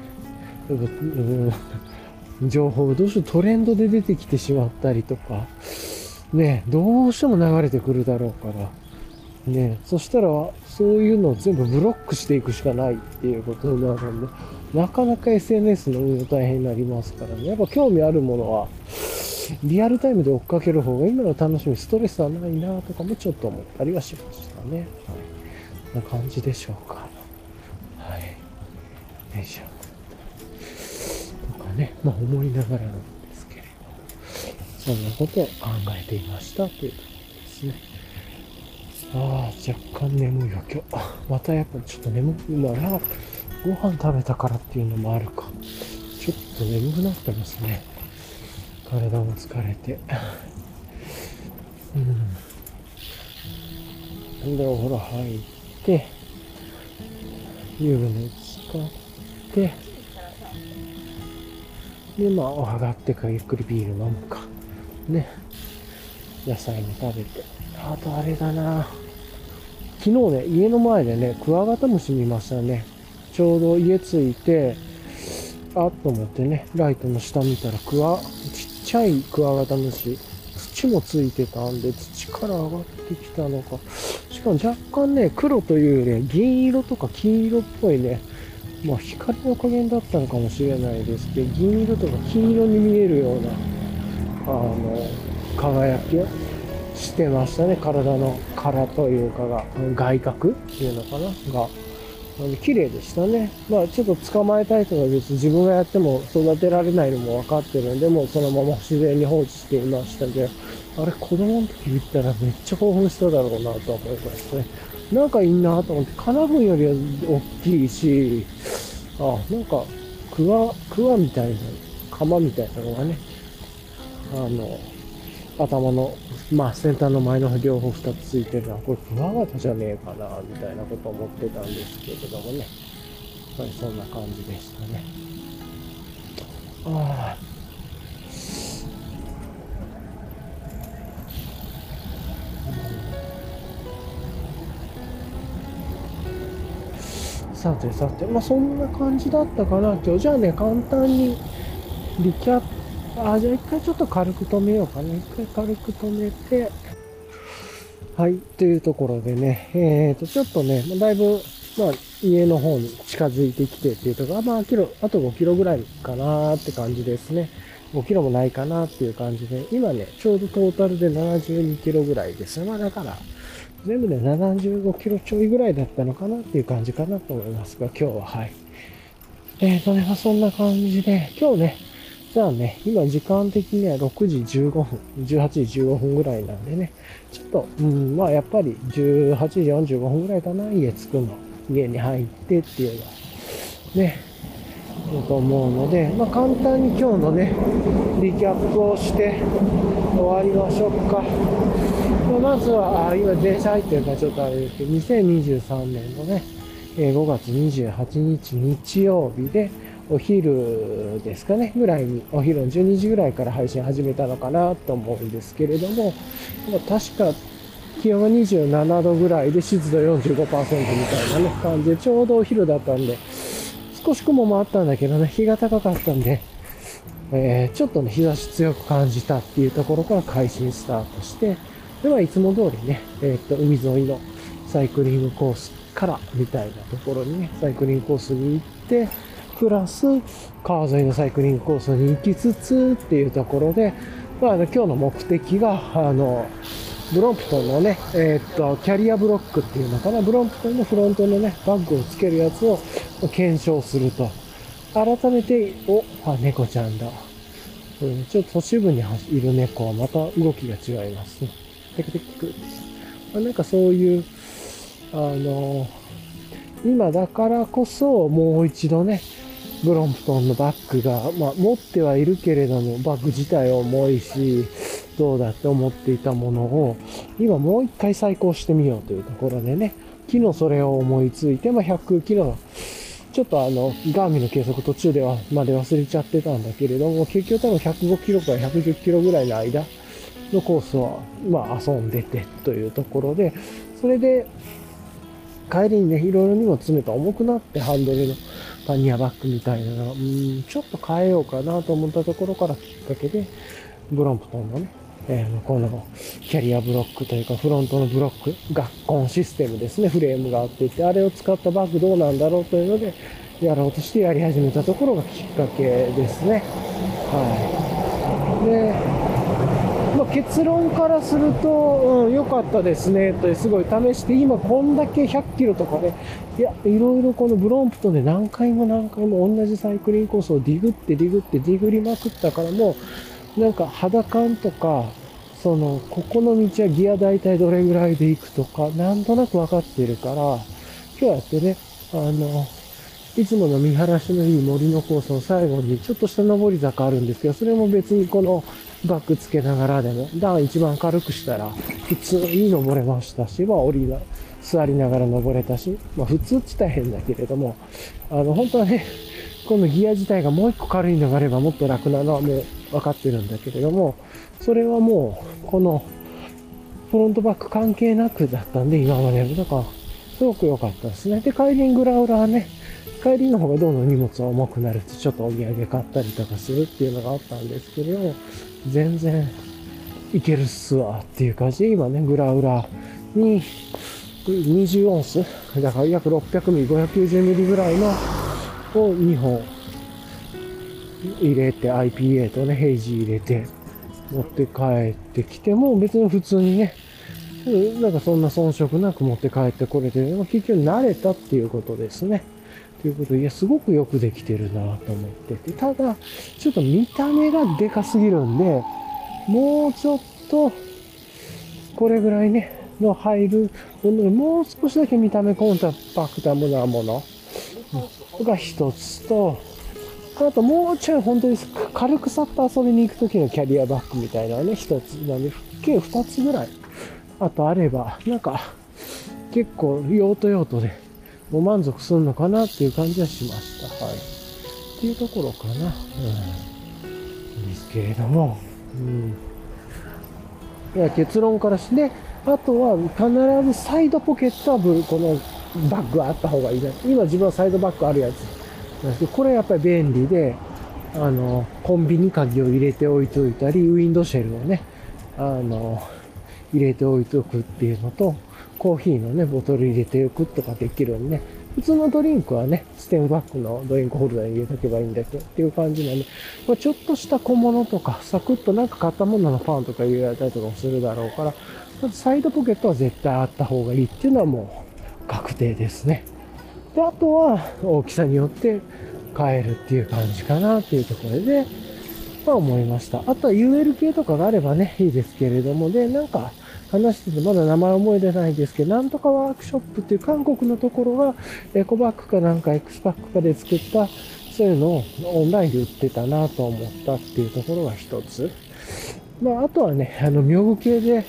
情報がどうしてもトレンドで出てきてしまったりとか、ね、どうしても流れてくるだろうから、ね、そしたらそういうのを全部ブロックしていくしかないっていうことになるんで、なかなか SNS の運用大変になりますからね。やっぱ興味あるものはリアルタイムで追っかける方が今の楽しみ、ストレスはないなとかもちょっと思ったりはしましたね。はい。こんな感じでしょうか。はい。よいしょ。とかね、まあ思いながらなんですけれど、そんなことを考えていましたというところですね。若干眠いわ、今日。またやっぱちょっと眠い。ご飯食べたからっていうのもあるか。ちょっと眠くなってますね。体も疲れて。で、お風呂入って、湯船使って、で、まあ、上がってからゆっくりビール飲むか。ね。野菜も食べて。あとあれだな。昨日ね、家の前でね、クワガタムシ見ましたね。ちょうど家着いて、と思ってね、ライトの下見たらちっちゃいクワガタムシ、土もついてたんで、土から上がってきたのか。しかも若干ね、黒というより銀色とか金色っぽいね、まあ光の加減だったのかもしれないですけど、銀色とか金色に見えるような、輝きをしてましたね。体の殻というかが、外角っていうのかなが、綺麗でしたね。まあちょっと捕まえたいとか別に自分がやっても育てられないのも分かってるんで、もうそのまま自然に放置していましたけど、あれ子供の時見たらめっちゃ興奮しただろうなと思いましたね。なんかいいなと思って、カナブンよりは大きいし、なんかクワみたいな、鎌みたいなのがね、頭の、まあ、先端の前の両方2つついてるのは、これクワガタじゃねえかな、みたいなことを思ってたんですけれどもね。やっぱりそんな感じでしたね。さて、まあそんな感じだったかな、今日。じゃあね、簡単にリキャップ、じゃあ一回ちょっと軽く止めようかな。一回軽く止めて、はい、というところでね、ちょっとね、だいぶ、まあ、家の方に近づいてきてっていうところ、まあ、あと5キロぐらいかなーって感じですね。5キロもないかなっていう感じで、今ね、ちょうどトータルで72キロぐらいです。まあ、だから、全部で75キロちょいぐらいだったのかなっていう感じかなと思いますが、今日は、はい。まあ、そんな感じで、今日ね、じゃあね、今時間的には6時15分、18時15分ぐらいなんでね、ちょっと、まあやっぱり18時45分ぐらいかな、家着くの。家に入ってっていうのは、ね、と思うので、まあ簡単に今日のね、リキャップをして終わりましょうか。まずは、今電車入ってるからちょっとあれですけど、2023年のね、5月28日日曜日で、お昼ですかね、ぐらいに、お昼の12時ぐらいから配信始めたのかなと思うんですけれども、確か気温が27度ぐらいで湿度 45% みたいなね、感じで、ちょうどお昼だったんで、少し雲もあったんだけどね、日が高かったんで、ちょっとね、日差し強く感じたっていうところから配信スタートして、ではいつも通りね、海沿いのサイクリングコースからみたいなところにね、サイクリングコースに行って、プラス川沿いのサイクリングコースに行きつつっていうところで、まあ、今日の目的が、 ブロンプトンのね、キャリアブロックっていうのかな、ブロンプトンのフロントのね、バッグをつけるやつを検証すると。改めて、猫ちゃんだ。ちょっと都市部にいる猫はまた動きが違いますね。テクテクテク。なんかそういう、今だからこそもう一度ね、ブロンプトンのバッグが、持ってはいるけれども、バッグ自体は重いし、どうだって思っていたものを、今もう一回再考してみようというところでね、昨日それを思いついて、100キロ、ちょっとガーミンの計測途中ではまで忘れちゃってたんだけれども、結局多分105キロから110キロぐらいの間のコースは、遊んでてというところで、それで、帰りにね、いろいろ荷物詰めた重くなってハンドルのパニアバッグみたいなのが、ちょっと変えようかなと思ったところからきっかけで、ブロンプトンのね、このキャリアブロックというかフロントのブロック、ガッコンシステムですね、フレームがあっていて、あれを使ったバッグどうなんだろうというので、やろうとしてやり始めたところがきっかけですね。はい。で、結論からすると、良かったですね、とすごい試して、今こんだけ100キロとかね、いろいろこのブロンプトンで何回も同じサイクリングコースをディグりまくったからもう、なんか肌感とか、ここの道はギア大体どれぐらいで行くとか、なんとなく分かってるから、今日やってね、いつもの見晴らしのいい森のコースの最後にちょっとした上り坂あるんですけど、それも別にこのバックつけながらでも、段一番軽くしたら普通に登れましたし、座りながら登れたし、普通って言ったら変だけれども、本当はね、このギア自体がもう一個軽いのがあればもっと楽なのはもう分かってるんだけれども、それはもう、このフロントバック関係なくだったんで、今まで。だから、すごく良かったですね。で、帰りにグラウラーね、帰りの方がどんどん荷物が重くなると、ちょっとお土産買ったりとかするっていうのがあったんですけれども、全然いけるっすわっていう感じで、今ね、グラウラーに20オンス、だから約600ミリ、590ミリぐらいのを2本入れて、IPA とね、ヘイジー入れて、持って帰ってきても、別に普通にね、なんかそんな遜色なく持って帰ってこれて、結局慣れたっていうことですね。ということで、すごくよくできてるなと思ってて、ただ、ちょっと見た目がでかすぎるんで、もうちょっと、これぐらいね、の入るもので、もう少しだけ見た目コンパクトなものが一つと、あともうちょい本当に軽くさっと遊びに行くときのキャリアバッグみたいなね、一つなんで、計二つぐらい、あとあれば、なんか、結構用途用途で、もう満足するのかなっていう感じはしました。はい。っていうところかな。ですけれども、いや結論からして、あとは必ずサイドポケットはこのバッグがあった方がいいな。今自分はサイドバッグあるやつなんですけど、これやっぱり便利で、コンビニ鍵を入れておいておいたり、ウィンドシェルをね、入れておいておくっていうのと、コーヒーのね、ボトル入れておくとかできるんで、ね、普通のドリンクはね、ステンバッグのドリンクホルダーに入れとけばいいんだけどっていう感じなんで、ちょっとした小物とか、サクッとなんか買ったもののパンとか入れられたりとかもするだろうから、まずサイドポケットは絶対あった方がいいっていうのはもう確定ですね。で、あとは大きさによって変えるっていう感じかなっていうところで、思いました。あとは UL 系とかがあればね、いいですけれども、で、なんか、話しててまだ名前思い出ないですけど、なんとかワークショップっていう韓国のところがエコバッグかなんかエクスパックかで作ったそういうのをオンラインで売ってたなと思ったっていうところが一つ。あとはね、妙具系で、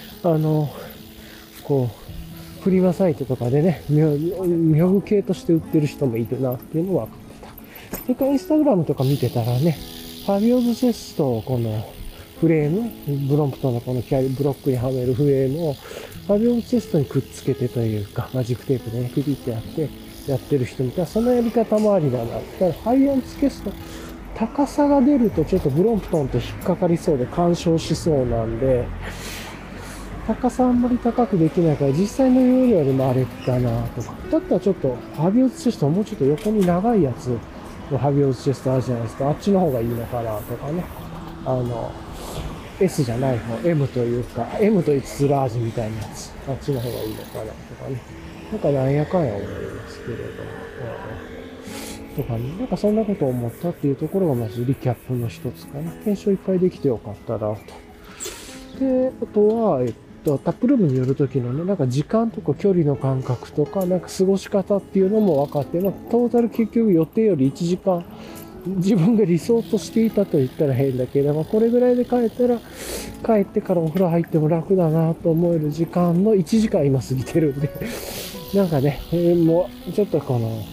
フリマサイトとかでね、妙具系として売ってる人もいるなっていうのは分かってた。それからインスタグラムとか見てたらね、ファビオズチェストをこのフレーム、ブロンプトンのこのブロックにはめるフレームをファビオズチェストにくっつけてというか、マジックテープでね、ピピってやってる人見たら、そのやり方もありだな。だからファビオズチェスト、高さが出るとちょっとブロンプトンと引っかかりそうで干渉しそうなんで、高さあんまり高くできないから、実際の容量よりもあれかなとか。だったらちょっと、ファビオズチェストもうちょっと横に長いやつのファビオズチェストあるじゃないですか。あっちの方がいいのかなとかね。 S じゃない方、M というか、M と5つラージみたいなやつ。あっちの方がいいのかなとかね。なんかなんやかんや思いますけれども。とかね、なんかそんなことを思ったっていうところがまずリキャップの一つかな。検証いっぱいできてよかったなと。で、あとは、タップルームに寄るときのね、なんか時間とか距離の感覚とか、なんか過ごし方っていうのも分かって、まあ、トータル結局予定より1時間、自分が理想としていたと言ったら変だけど、まあ、これぐらいで帰ったら、帰ってからお風呂入っても楽だなと思える時間の1時間今過ぎてるんで、なんかね、もうちょっと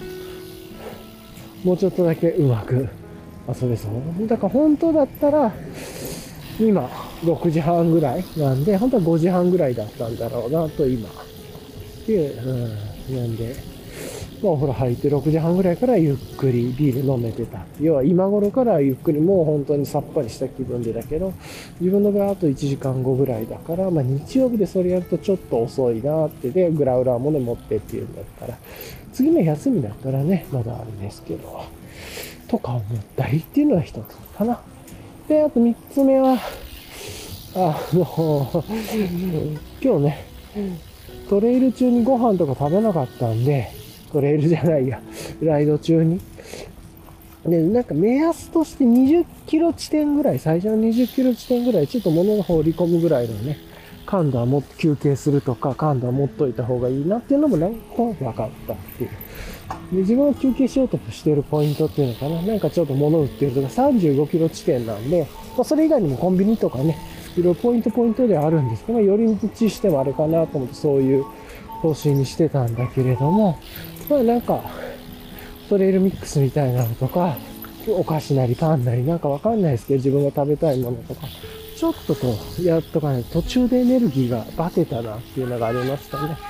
もうちょっとだけうまく遊べそう。だから本当だったら、今、6時半ぐらいなんで、本当は5時半ぐらいだったんだろうなと、今。っていう、なんで、まあ、お風呂入って6時半ぐらいからゆっくりビール飲めてた。要は今頃からゆっくりもう本当にさっぱりした気分でだけど、自分の場合あと1時間後ぐらいだから、まあ日曜日でそれやるとちょっと遅いなってで、グラウラーもね持ってっていうんだったら、次の休みだったらね、まだあるんですけど、とか思ったりっていうのが一つかな。で、あと3つ目は、今日ね、トレイル中にご飯とか食べなかったんで、トレイルじゃないや、ライド中に。で、なんか目安として20キロ地点ぐらい、最初の20キロ地点ぐらい、ちょっと物を放り込むぐらいのね、感度はもっと休憩するとか、感度は持っといた方がいいなっていうのもなんとなく分かったっていう。で、自分が休憩しようとしてるポイントっていうのかな。なんかちょっと物売ってるとか35キロ地点なんで、まあそれ以外にもコンビニとかね、いろいろポイントではあるんですけど、寄り道してもあれかなと思ってそういう方針にしてたんだけれども、まあなんか、トレイルミックスみたいなのとか、お菓子なりパンなりなんかわかんないですけど、自分が食べたいものとか、ちょっとやっとかないと途中でエネルギーがバテたなっていうのがありましたね。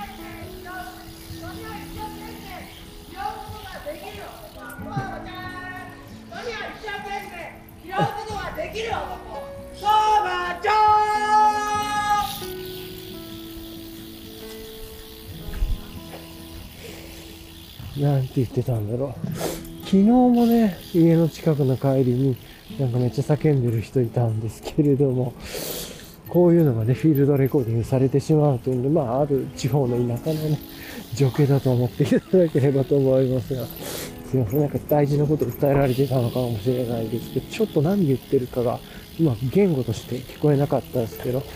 なんて言ってたんだろう。昨日もね、家の近くの帰りになんかめっちゃ叫んでる人いたんですけれども、こういうのがね、フィールドレコーディングされてしまうというので、まあ、ある地方の田舎のね、情景だと思っていただければと思いますが、すいません、なんか大事なことを伝えられてたのかもしれないですけど、ちょっと何言ってるかが、今言語として聞こえなかったんですけど、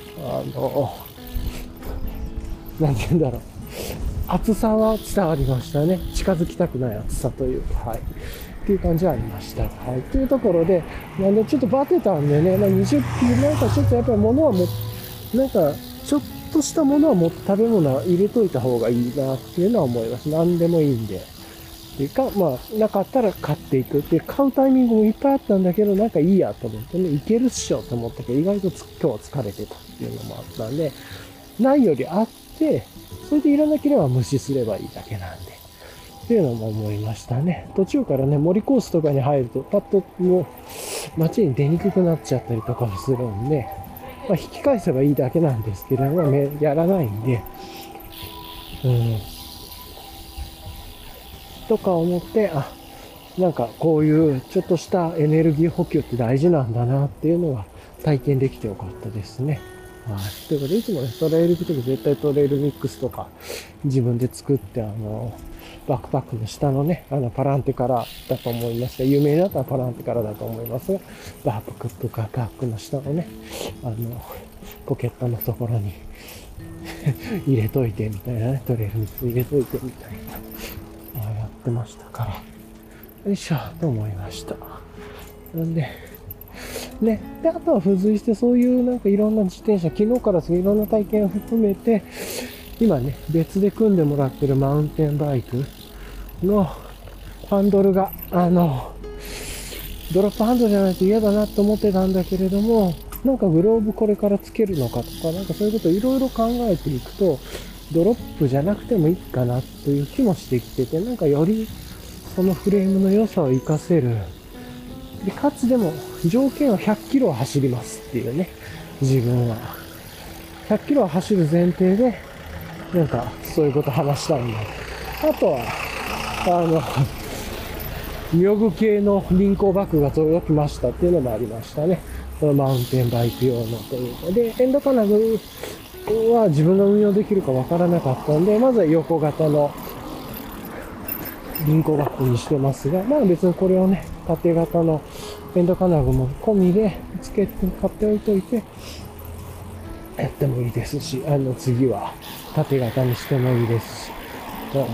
なんて言うんだろう。暑さは伝わりましたね。近づきたくない暑さというか、はい。っていう感じはありました。はい。というところで、なんでちょっとバテたんでね、まあ、20キロ、なんかちょっとやっぱり物はなんか、ちょっとしたものは食べ物は入れといた方がいいなっていうのは思います。何でもいいんで。っていうか、まあ、なかったら買っていくっていう、買うタイミングもいっぱいあったんだけど、なんかいいやと思ってね、いけるっしょと思ったけど、意外と今日は疲れてたっていうのもあったんで、ないよりあって、それでいらなければ無視すればいいだけなんで。っていうのも思いましたね。途中からね、森コースとかに入ると、パッともう街に出にくくなっちゃったりとかもするんで、まあ、引き返せばいいだけなんですけれども、やらないんで、とか思って、なんかこういうちょっとしたエネルギー補給って大事なんだなっていうのは体験できてよかったですね。はい。ということで、いつもね、トレイル行くとき絶対トレイルミックスとか自分で作って、バックパックの下のね、パランテからだと思いますが、有名だったらパランテからだと思いますが、バックとかパックの下のね、ポケットのところに入れといてみたいなね、トレイルミックス入れといてみたいな、やってましたから、よいしょ、と思いました。なんで、ね。で、あとは付随してそういうなんかいろんな自転車、昨日からいろんな体験を含めて、今ね、別で組んでもらってるマウンテンバイクのハンドルが、ドロップハンドルじゃないと嫌だなと思ってたんだけれども、なんかグローブこれからつけるのかとか、なんかそういうことをいろいろ考えていくと、ドロップじゃなくてもいいかなという気もしてきてて、なんかよりそのフレームの良さを活かせる。で、かつでも条件は100キロは走りますっていうね、自分は。100キロは走る前提で、なんかそういうこと話したんだ。あとは、ミョグ系の輪行バッグが届きましたっていうのもありましたね。 マウンテンバイク用のというか。で、エンド金具は自分が運用できるかわからなかったんで、まずは横型の銀行バッグにしてますが、まあ別にこれをね、縦型のエンド金具も込みでつけて買っておいといて、やってもいいですし、次は縦型にしてもいいですし、と思って。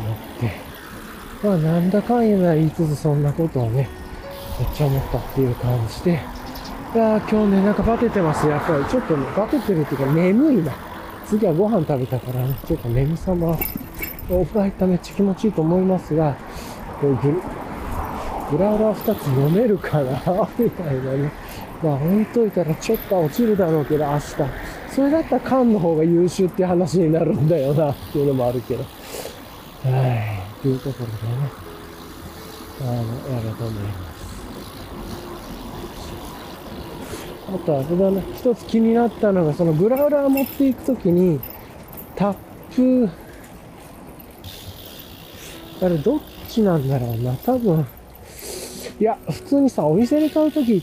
まあなんだかんや言いつつそんなことをね、めっちゃ思ったっていう感じで、いやー今日ね、なんかバテてます。やっぱりちょっとね、バテてるっていうか眠いな。次はご飯食べたからね、ちょっと眠さも、お風呂入ったらめっちゃ気持ちいいと思いますが、こうグラウラー2つ飲めるかなみたいなね。まあ置いといたらちょっと落ちるだろうけど明日。それだったら缶の方が優秀って話になるんだよなっていうのもあるけど。はい。というところでね。やろうと思います。あとは、それだね、一つ気になったのが、そのグラウラー持っていくときに、タップ、あれどっちなんだろうな。多分、いや、普通にさ、お店で買うときって、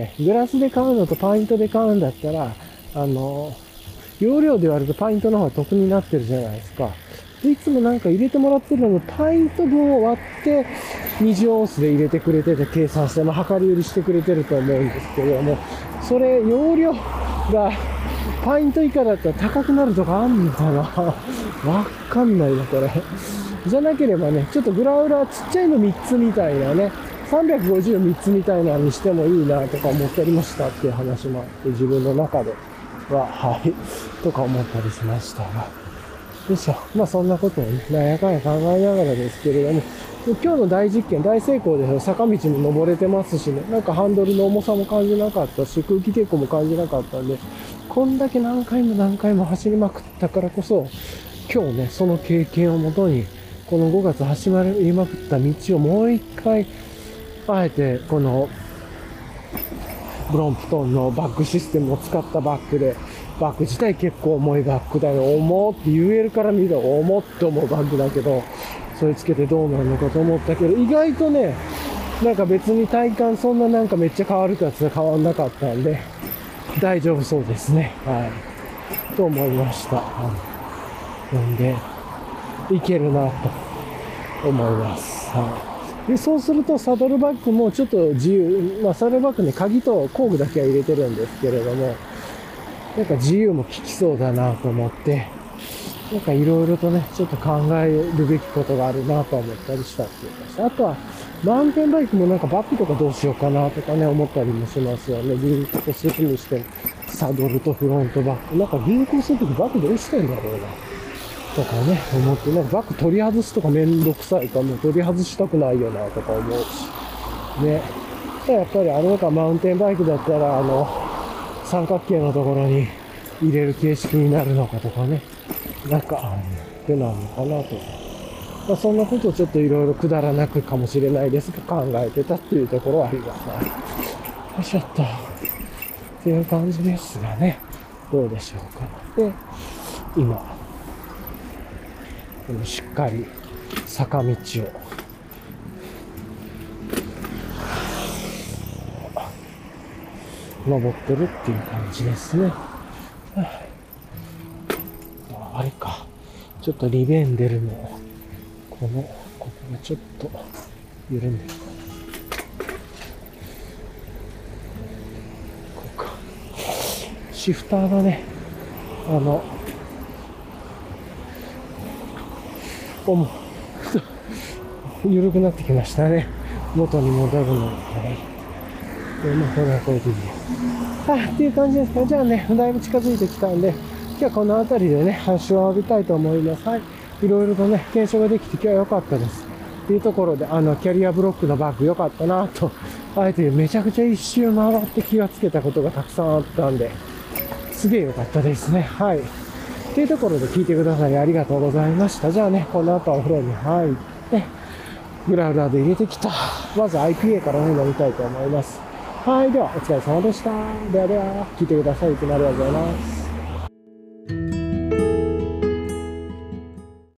グラスで買うのとパイントで買うんだったら、容量で割るとパイントの方が得になってるじゃないですか。でいつもなんか入れてもらってるのも、パイント分を割って、20オンスで入れてくれてて、計算して、まあ、量り売りしてくれてると思うんですけれども、それ、容量が、パイント以下だったら高くなるとかあんのかなわかんないな、これ。じゃなければね、ちょっとグラウラーちっちゃいの3つみたいなね、350を3つみたいなのにしてもいいなとか思ったりましたっていう話もあって、自分の中では、はい、とか思ったりしましたが。よいしょ。まあそんなことをね、なんやかんや考えながらですけれども、今日の大実験、大成功で坂道も登れてますしね、なんかハンドルの重さも感じなかったし、空気抵抗も感じなかったんで、こんだけ何回も走りまくったからこそ、今日ね、その経験をもとに、この5月走りまくった道をもう一回、あえてこのブロンプトンのバックシステムを使ったバックで、バック自体結構重いバックだよ。重って言えるから見ると重って思うバックだけど、それつけてどうなるのかと思ったけど、意外とね、なんか別に体感そんななんかめっちゃ変わるかって変わんなかったんで、大丈夫そうですね。はい。と思いました。なんで、いけるなと思います。はい。で、そうするとサドルバッグもちょっと自由、まあサドルバッグに鍵と工具だけは入れてるんですけれども、なんか自由も効きそうだなと思って、なんかいろいろとね、ちょっと考えるべきことがあるなと思ったりしたっていうか、あとは、マウンテンバイクもなんかバッグとかどうしようかなとかね、思ったりもしますよね。銀行するにしても、サドルとフロントバッグ。なんか銀行するときバッグどうしてんだろうな。とかね、思って、なんかバッグ取り外すとかめんどくさいかも、取り外したくないよなとか思うし。ね。やっぱりあれかマウンテンバイクだったら、三角形のところに入れる形式になるのかとかね。なんか、ってなるのかなと。まあ、そんなことをちょっといろいろくだらなくかもしれないですが、考えてたっていうところはありますね。よいしょっと。っていう感じですがね。どうでしょうか。で、今、このしっかり坂道を登ってるっていう感じですね。あれか。ちょっとリベンデルの、ここがちょっと緩んでる。こうか。シフターがね、緩くなってきましたね。元に戻るのに。はい。まあ、これはこれでいいや。っていう感じですか。じゃあね、だいぶ近づいてきたんで、今日はこの辺りでね、発症を浴びたいと思います。はい。いろいろとね、検証ができて今日は良かったです。っていうところで、キャリアブロックのバッグ良かったなと、あえてめちゃくちゃ一周回って気がつけたことがたくさんあったんで、すげえ良かったですね。はい。っていうところで聞いてくださりありがとうございました。じゃあね、この後お風呂に入って、グラウラーで入れてきた。まず IPA からね、飲みたいと思います。はい。では、お疲れ様でした。ではでは、聞いてください。いつもありがとうございます。